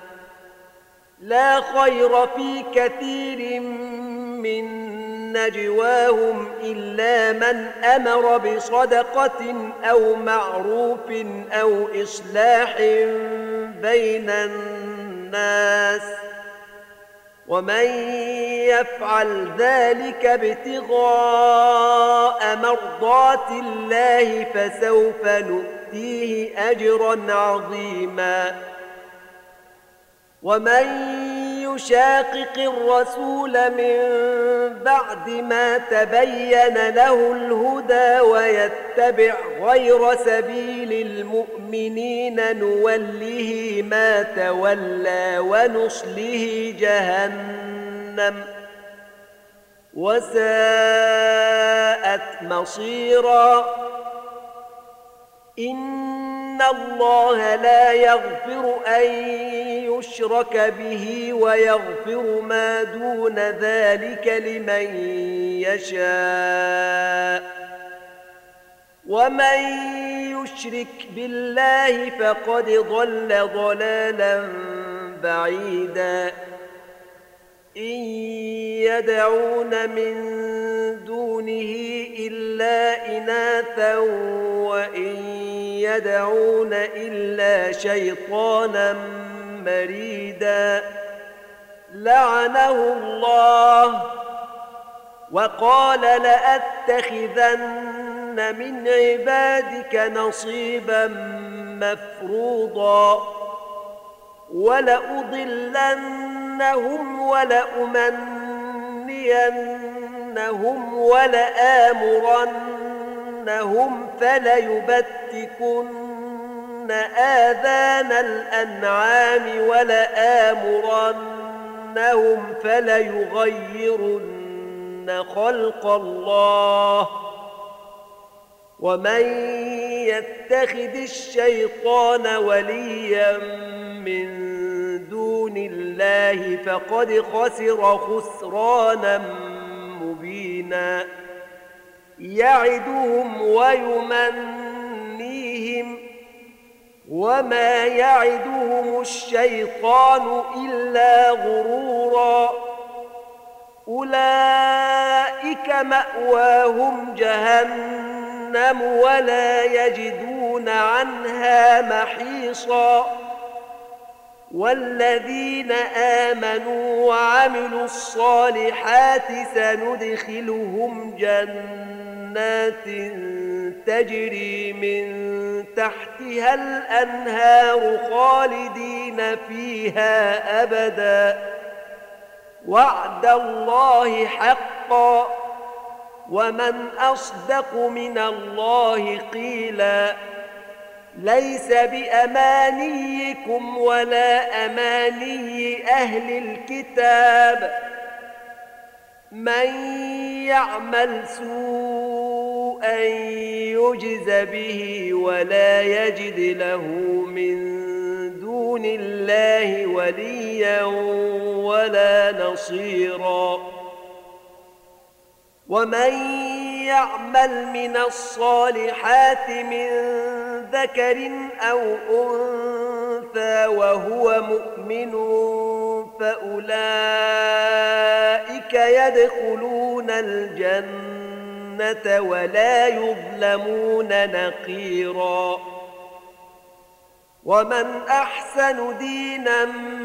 لا خير في كثير من نجواهم إلا من أمر بصدقة أو معروف أو إصلاح بين الناس ومن يفعل ذلك ابتغاء مرضات الله فسوف نؤتيه أجرا عظيما ومن يشاقق الرسول من بعد ما تبين له الهدى ويتبع غير سبيل المؤمنين نوله ما تولى ونصله جهنم وساءت مصيرا إن الله لا يغفر أن يشرك به ويغفر ما دون ذلك لمن يشاء ومن يشرك بالله فقد ضل ضلالا بعيدا إن يدعون من دونه إلا إناثا وإن يدعون إلا شيطانا مريدا لعنه الله وقال لأتخذن من عبادك نصيبا مفروضا ولأضلنهم ولأمنينهم ولآمرنهم فليبتكن آذان الأنعام ولآمرنهم فليغيرن خلق الله ومن يتخذ الشيطان وليا من دون الله فقد خسر خسرانا مبينا يعدهم ويمنيهم وما يعدهم الشيطان إلا غرورا أولئك مأواهم جهنم ولا يجدون عنها محيصا والذين آمنوا وعملوا الصالحات سندخلهم جنات تجري من تحتها الأنهار خالدين فيها أبدا وعد الله حقا ومن أصدق من الله قيلا ليس بأمانيكم ولا أماني أهل الكتاب من يعمل سوءا يجز به ولا يجد له من دون الله وليا ولا نصيرا ومن يعمل من الصالحات من ذكر أو أنثى وهو مؤمن فأولئك يدخلون الجنة ولا يظلمون نقيرا ومن أحسن دينا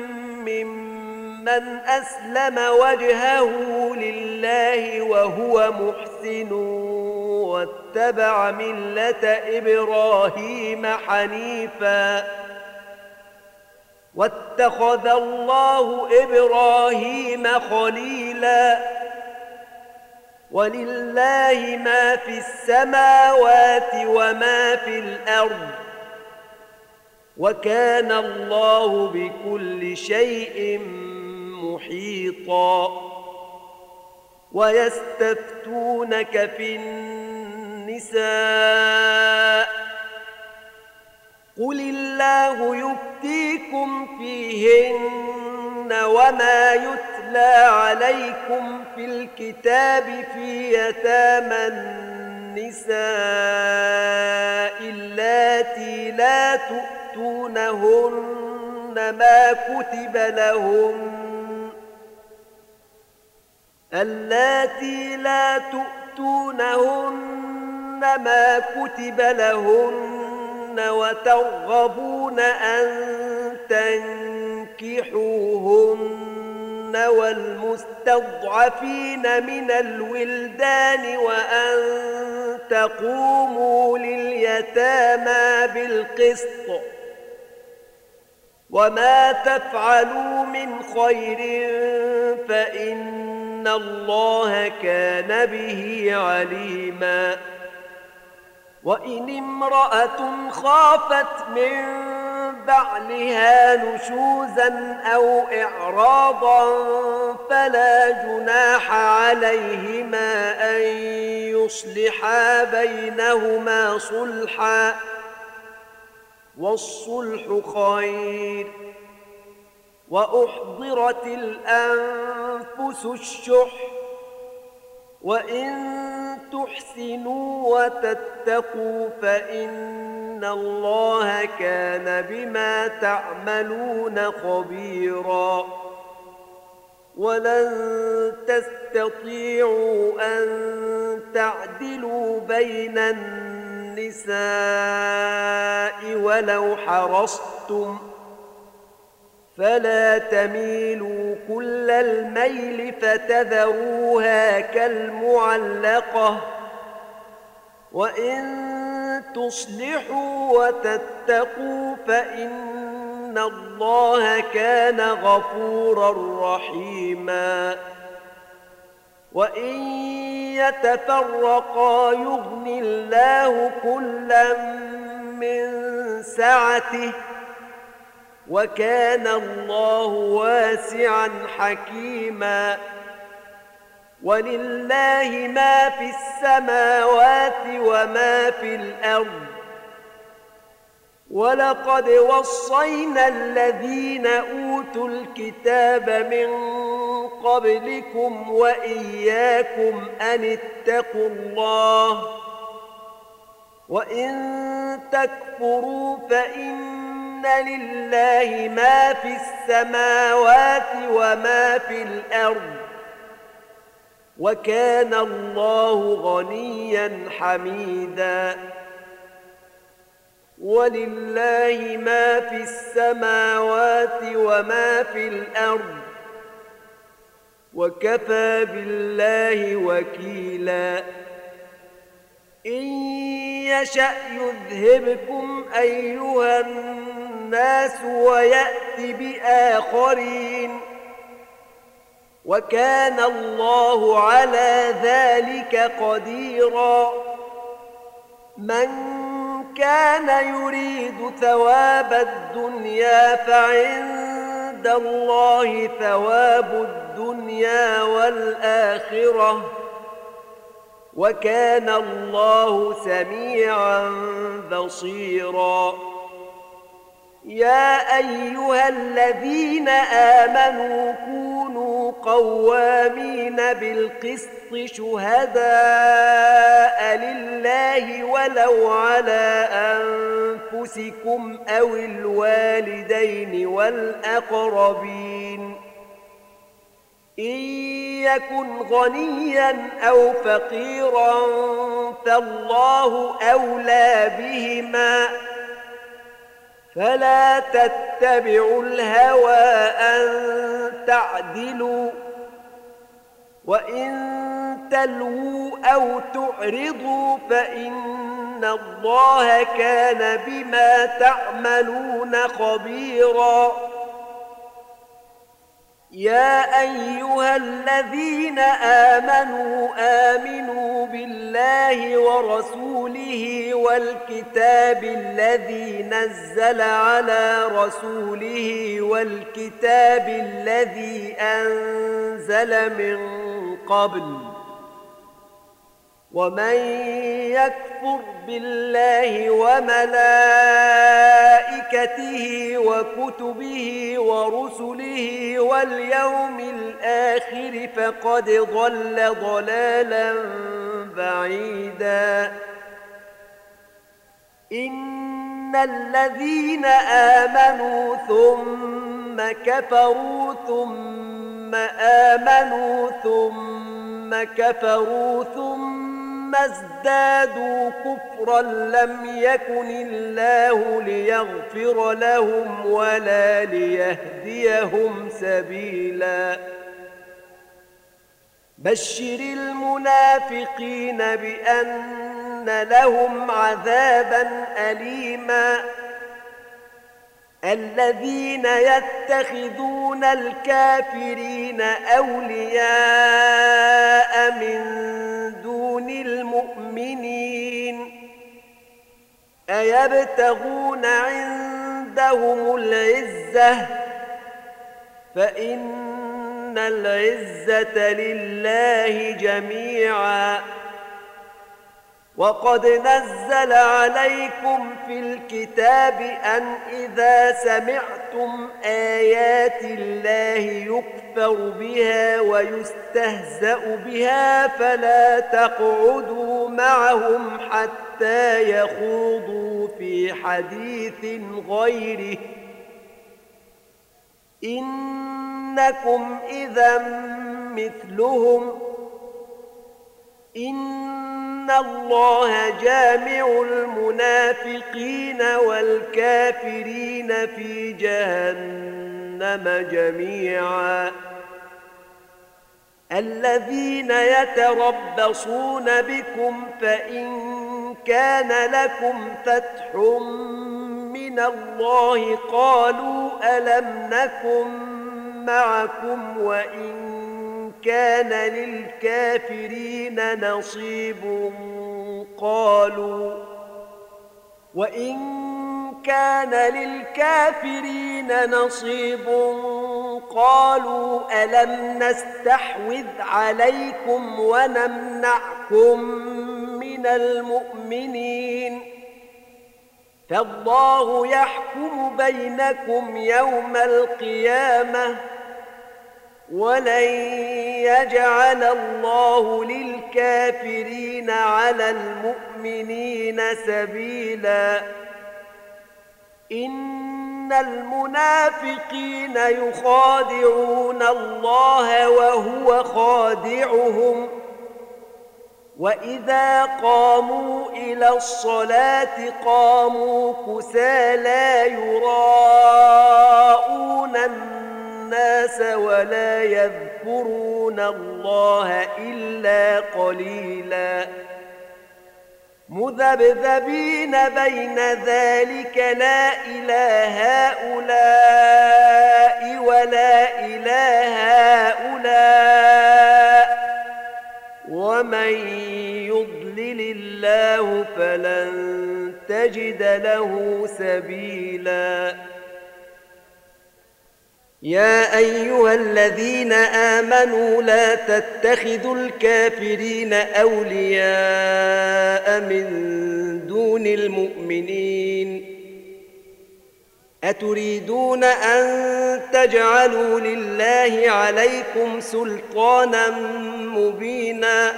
ممن أسلم وجهه لله وهو محسن واتبع ملة إبراهيم حنيفا واتخذ الله إبراهيم خليلا ولله ما في السماوات وما في الأرض وكان الله بكل شيء محيطا ويستفتونك في النساء قل الله يفتيكم فيهن وما يتلى عليكم في الكتاب في يتامى النساء اللاتي لا تؤتونهن ما كتب لهن اللاتي لا تؤتونهن ما كتب لهن وترغبون أن تنكحوهن والمستضعفين من الولدان وأن تقوموا لليتامى بالقسط وما تفعلوا من خير فإن الله كان به عليما وإن امرأة خافت من بعلها نشوزا أو إعراضا فلا جناح عليهما أن يصلحا بينهما صلحا والصلح خير وأحضرت الأنفس الشح وإن تحسنوا وتتقوا فإن الله كان بما تعملون خبيرا ولن تستطيعوا أن تعدلوا بين النساء ولو حرصتم فلا تميلوا كل الميل فتذروها كالمعلقة وإن تصلحوا وتتقوا فإن الله كان غفورا رحيما وإن يتفرقا يغن الله كلا من سعته وكان الله واسعا حكيما ولله ما في السماوات وما في الأرض ولقد وصينا الذين أوتوا الكتاب من قبلكم وإياكم أن اتقوا الله وإن تكفروا فإن لله ما في السماوات وما في الأرض وكان الله غنيا حميدا ولله ما في السماوات وما في الأرض وكفى بالله وكيلا إن يشأ يذهبكم أيها الناس ويأت بآخرين وكان الله على ذلك قديرا من كان يريد ثواب الدنيا فعند الله ثواب الدنيا والآخرة وكان الله سميعا بصيرا يا أيها الذين آمنوا كونوا قوامين بالقسط شهداء لله ولو على أنفسكم أو الوالدين والأقربين إن يكن غنيا أو فقيرا فالله أولى بهما فلا تتبعوا الهوى أن تعدلوا وإن تلووا أو تعرضوا فإن الله كان بما تعملون خبيرا يا أيها الذين آمنوا بالله ورسوله والكتاب الذي نزل على رسوله والكتاب الذي أنزل من قبل ومن يكفر بالله وملائكته وكتبه ورسله واليوم الآخر فقد ضل ضلالا بعيدا إن الذين آمنوا ثم كفروا ثم آمنوا ثم كفروا ثم ازدادوا كفرا لم يكن الله ليغفر لهم ولا ليهديهم سبيلا بشر المنافقين بأن لهم عذابا أليما الذين يتخذون الكافرين أولياء من دون المؤمنين أيبتغون عندهم العزة فإن العزة لله جميعا وقد نزل عليكم في الكتاب أن إذا سمعتم آيات الله يكفر بها ويستهزأ بها فلا تقعدوا معهم حتى يخوضوا في حديث غيره إنكم إذا مثلهم إن الله جامع المنافقين والكافرين في جهنم جميعا الذين يتربصون بكم فإن كان لكم فتح من الله قالوا ألم نكن معكم وإن كان للكافرين نصيب قالوا ألم نستحوذ عليكم ونمنعكم من المؤمنين فالله يحكم بينكم يوم القيامة ولن يجعل الله للكافرين على المؤمنين سبيلا إن المنافقين يخادعون الله وهو خادعهم وإذا قاموا إلى الصلاة قاموا كسالى يراءون الناس ولا يذكرون الله إلا قليلا مذبذبين بين ذلك لا إلى هؤلاء ولا إلى هؤلاء ومن يضلل الله فلن تجد له سبيلا يا أيها الذين آمنوا لا تتخذوا الكافرين أولياء من دون المؤمنين أتريدون أن تجعلوا لله عليكم سلطانا مبينا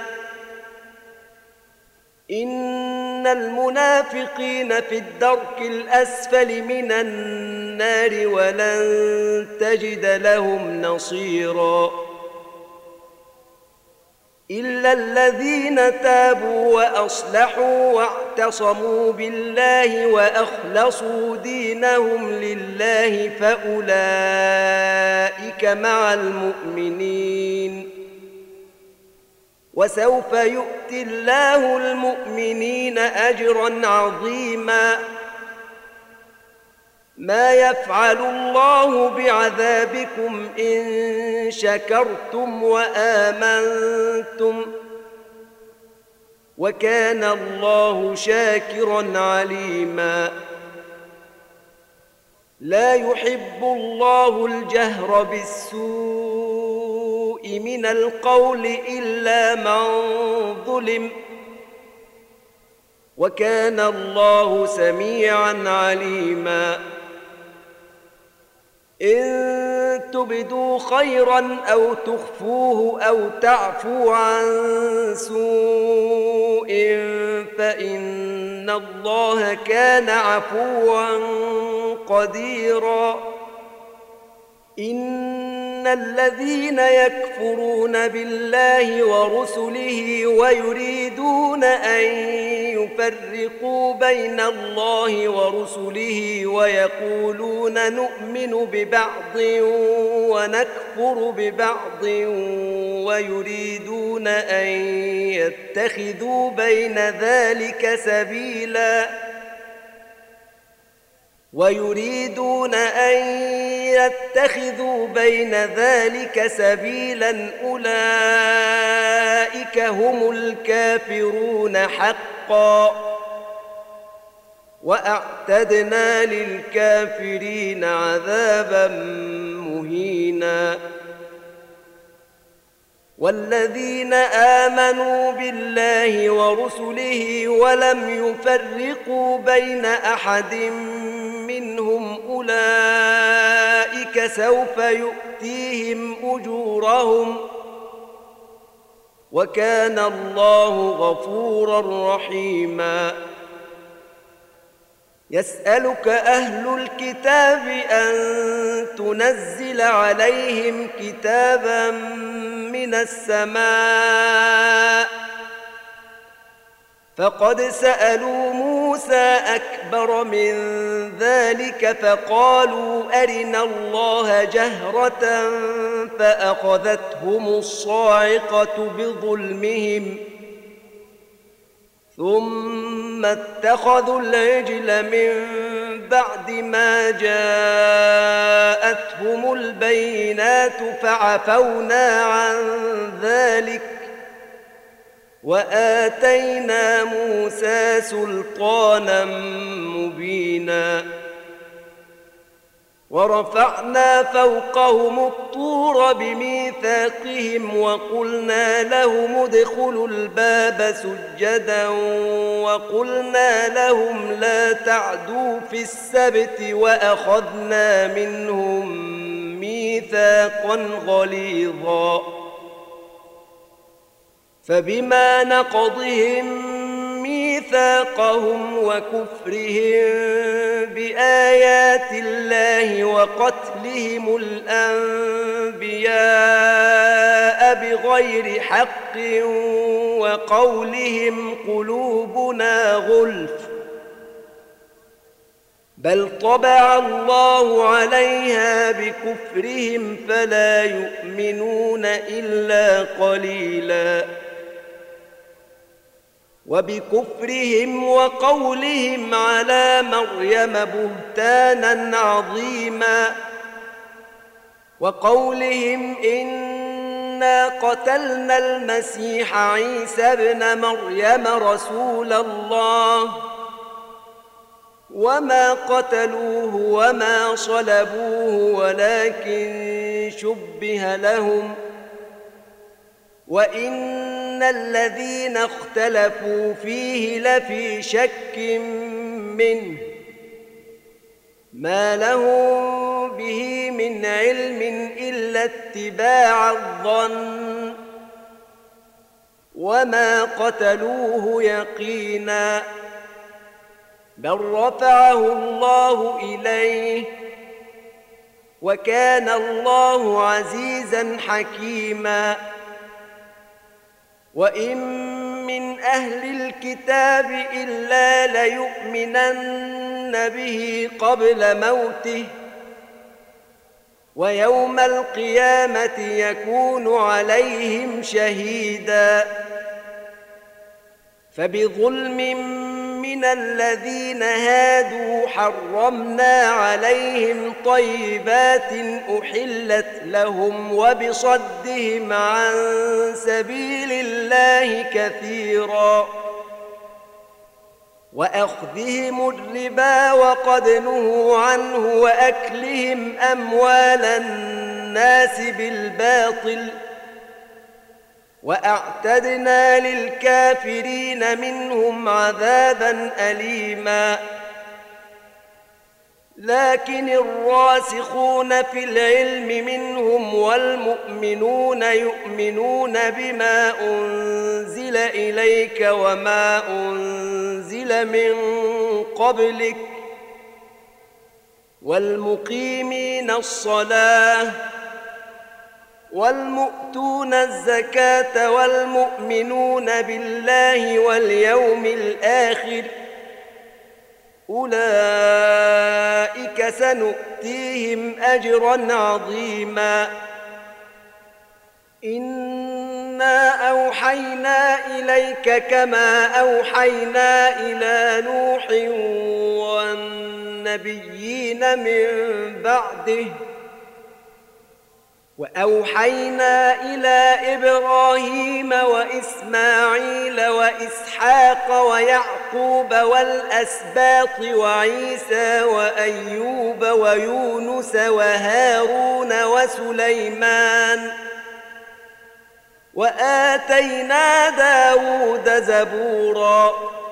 إن المنافقين في الدرك الأسفل من النار ولن تجد لهم نصيرا إلا الذين تابوا وأصلحوا واعتصموا بالله وأخلصوا دينهم لله فأولئك مع المؤمنين وسوف يؤتي الله المؤمنين أجرا عظيما ما يفعل الله بعذابكم إن شكرتم وآمنتم وكان الله شاكرا عليما لا يحب الله الجهر بالسوء من القول إلا من ظلم وكان الله سميعا عليما إن تبدوا خيرا أو تخفوه أو تعفو عن سوء فإن الله كان عفوا قديرا إن الذين يكفرون بالله ورسله ويريدون أن يفرقوا بين الله ورسله ويقولون نؤمن ببعض ونكفر ببعض ويريدون أن يتخذوا بين ذلك سبيلا أولئك هم الكافرون حقا وأعتدنا للكافرين عذابا مهينا والذين آمنوا بالله ورسله ولم يفرقوا بين أحد منهم أولئك سوف يؤتيهم أجورهم وكان الله غفورا رحيما يسألك أهل الكتاب أن تنزل عليهم كتابا من السماء فقد سألوا موسى أكبر من ذلك فقالوا أرنا الله جهرة فأخذتهم الصاعقة بظلمهم ثم اتخذوا العجل من بعد ما جاءتهم البينات فعفونا عن ذلك وآتينا موسى سلطانا مبينا ورفعنا فوقهم الطور بميثاقهم وقلنا لهم ادخلوا الباب سجدا وقلنا لهم لا تعدوا في السبت وأخذنا منهم ميثاقا غليظا فبما نقضهم ميثاقهم وكفرهم بآيات الله وقتلهم الأنبياء بغير حق وقولهم قلوبنا غلف بل طبع الله عليها بكفرهم فلا يؤمنون إلا قليلا وبكفرهم وقولهم على مريم بهتانا عظيما وقولهم إنا قتلنا المسيح عيسى ابن مريم رسول الله وما قتلوه وما صلبوه ولكن شبه لهم وإن الذين اختلفوا فيه لفي شك منه ما لهم به من علم إلا اتباع الظن وما قتلوه يقينا بل رفعه الله إليه وكان الله عزيزا حكيما وإن من أهل الكتاب إلا ليؤمنن به قبل موته ويوم القيامة يكون عليهم شهيدا فبظلم من الذين هادوا حرمنا عليهم طيبات أحلت لهم وبصدهم عن سبيل الله كثيرا وأخذهم الربا وقد نهوا عنه وأكلهم أموال الناس بالباطل وأعتدنا للكافرين منهم عذابا أليما لكن الراسخون في العلم منهم والمؤمنون يؤمنون بما أنزل إليك وما أنزل من قبلك والمقيمين الصلاة والمؤتون الزكاة والمؤمنون بالله واليوم الآخر أولئك سنؤتيهم أجرا عظيما إنا أوحينا إليك كما أوحينا إلى نوح والنبيين من بعده وأوحينا إلى إبراهيم وإسماعيل وإسحاق ويعقوب والأسباط وعيسى وأيوب ويونس وهارون وسليمان وآتينا داود زبورا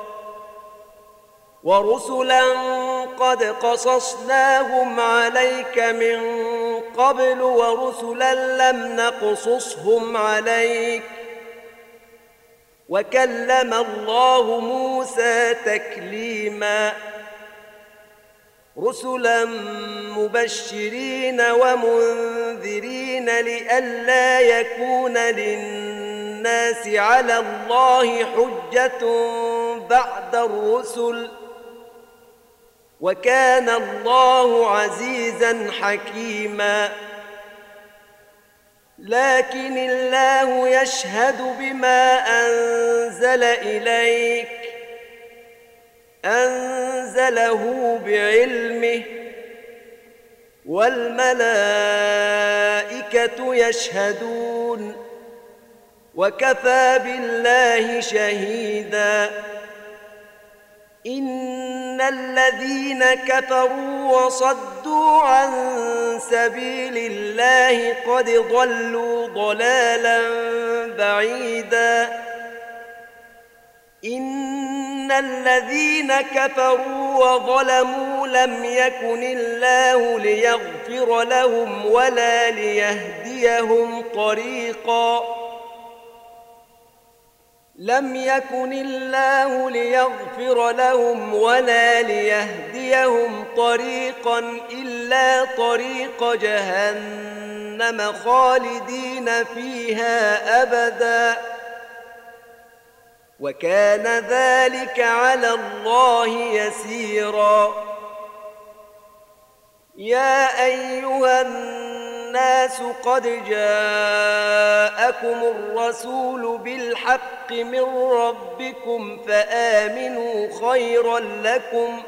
ورسلا قد قصصناهم عليك من قبل ورسلا لم نقصصهم عليك وكلم الله موسى تكليما رسلا مبشرين ومنذرين لئلا يكون للناس على الله حجة بعد الرسل، وكان الله عزيزا حكيما. لكن الله يشهد بما أنزل إليك، أنزله بعلمه، والملائكة يشهدون، وكفى بالله شهيدا. إن الذين كفروا وصدوا عن سبيل الله قد ضلوا ضلالا بعيدا. إن الذين كفروا وظلموا لم يكن الله ليغفر لهم ولا ليهديهم طريقا، لم يكن الله ليغفر لهم ولا ليهديهم طريقا إلا طريق جهنم خالدين فيها أبدا، وكان ذلك على الله يسيرا. يا أيها الناس قد جاءكم الرسول بالحق من ربكم فآمنوا خيرا لكم،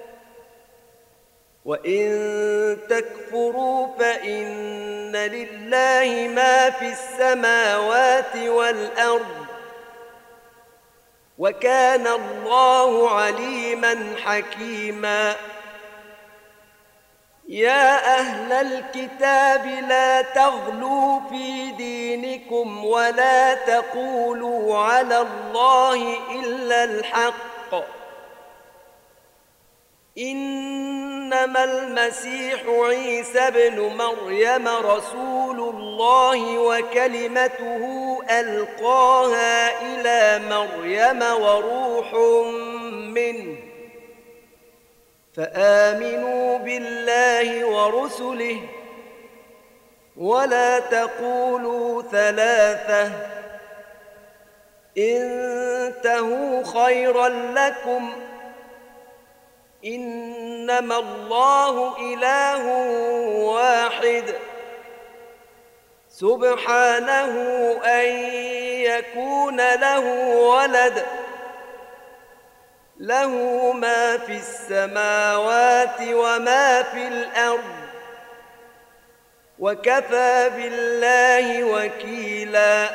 وإن تكفروا فإن لله ما في السماوات والأرض، وكان الله عليما حكيما. يا أهل الكتاب لا تغلوا في دينكم ولا تقولوا على الله إلا الحق، إنما المسيح عيسى ابن مريم رسول الله وكلمته ألقاها إلى مريم وروح منه، فآمنوا بالله ورسله، ولا تقولوا ثلاثة، انتهوا خيرا لكم، إنما الله إله واحد، سبحانه أن يكون له ولد، له ما في السماوات وما في الأرض، وكفى بالله وكيلا.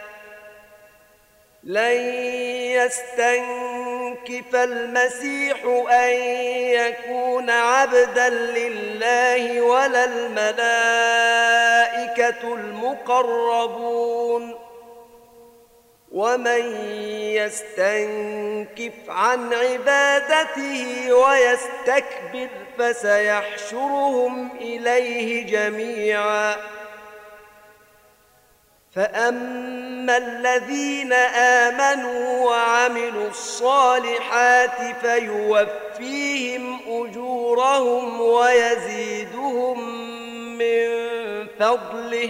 لن يستنكف المسيح أن يكون عبدا لله ولا الملائكة المقربون، ومن يستنكف عن عبادته ويستكبر فسيحشرهم إليه جميعا. فأما الذين آمنوا وعملوا الصالحات فيوفيهم أجورهم ويزيدهم من فضله،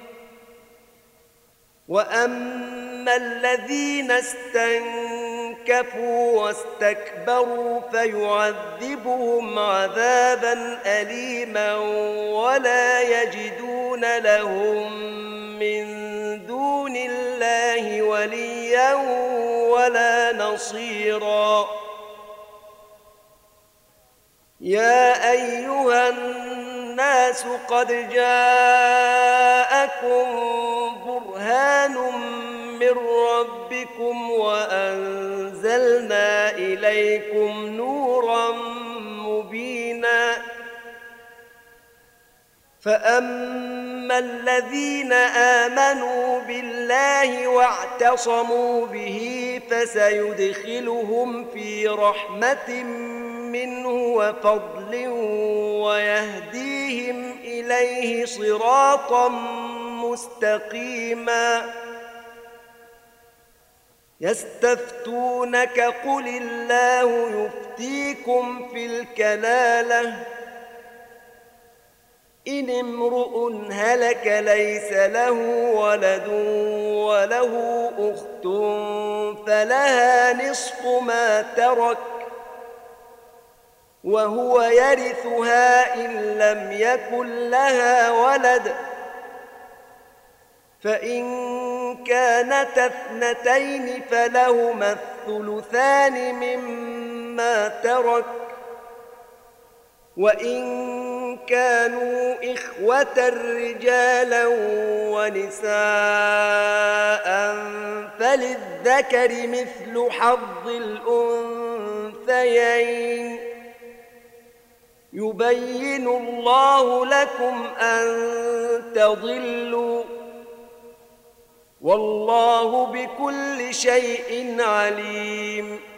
وأما الذين استنكفوا واستكبروا فيعذبهم عذابا أليما ولا يجدون لهم من دون الله وليا ولا نصيرا. يا أيها الناس قد جاءكم برهان من ربكم وأنزلنا إليكم نورا مبينا. فأما الذين آمنوا بالله واعتصموا به فسيدخلهم في رحمة منه وفضل ويهديهم إليه صراطا مستقيما. يستفتونك قل الله يفتيكم في الكلالة إن امرؤ هلك ليس له ولد وله أخت فلها نصف ما ترك وهو يرثها إن لم يكن لها ولد فإن كانتا اثنتين فلهما الثلثان مما ترك وإن كانوا إخوة رجالا ونساء فللذكر مثل حظ الأنثيين يبين الله لكم أن تضلوا والله بكل شيء عليم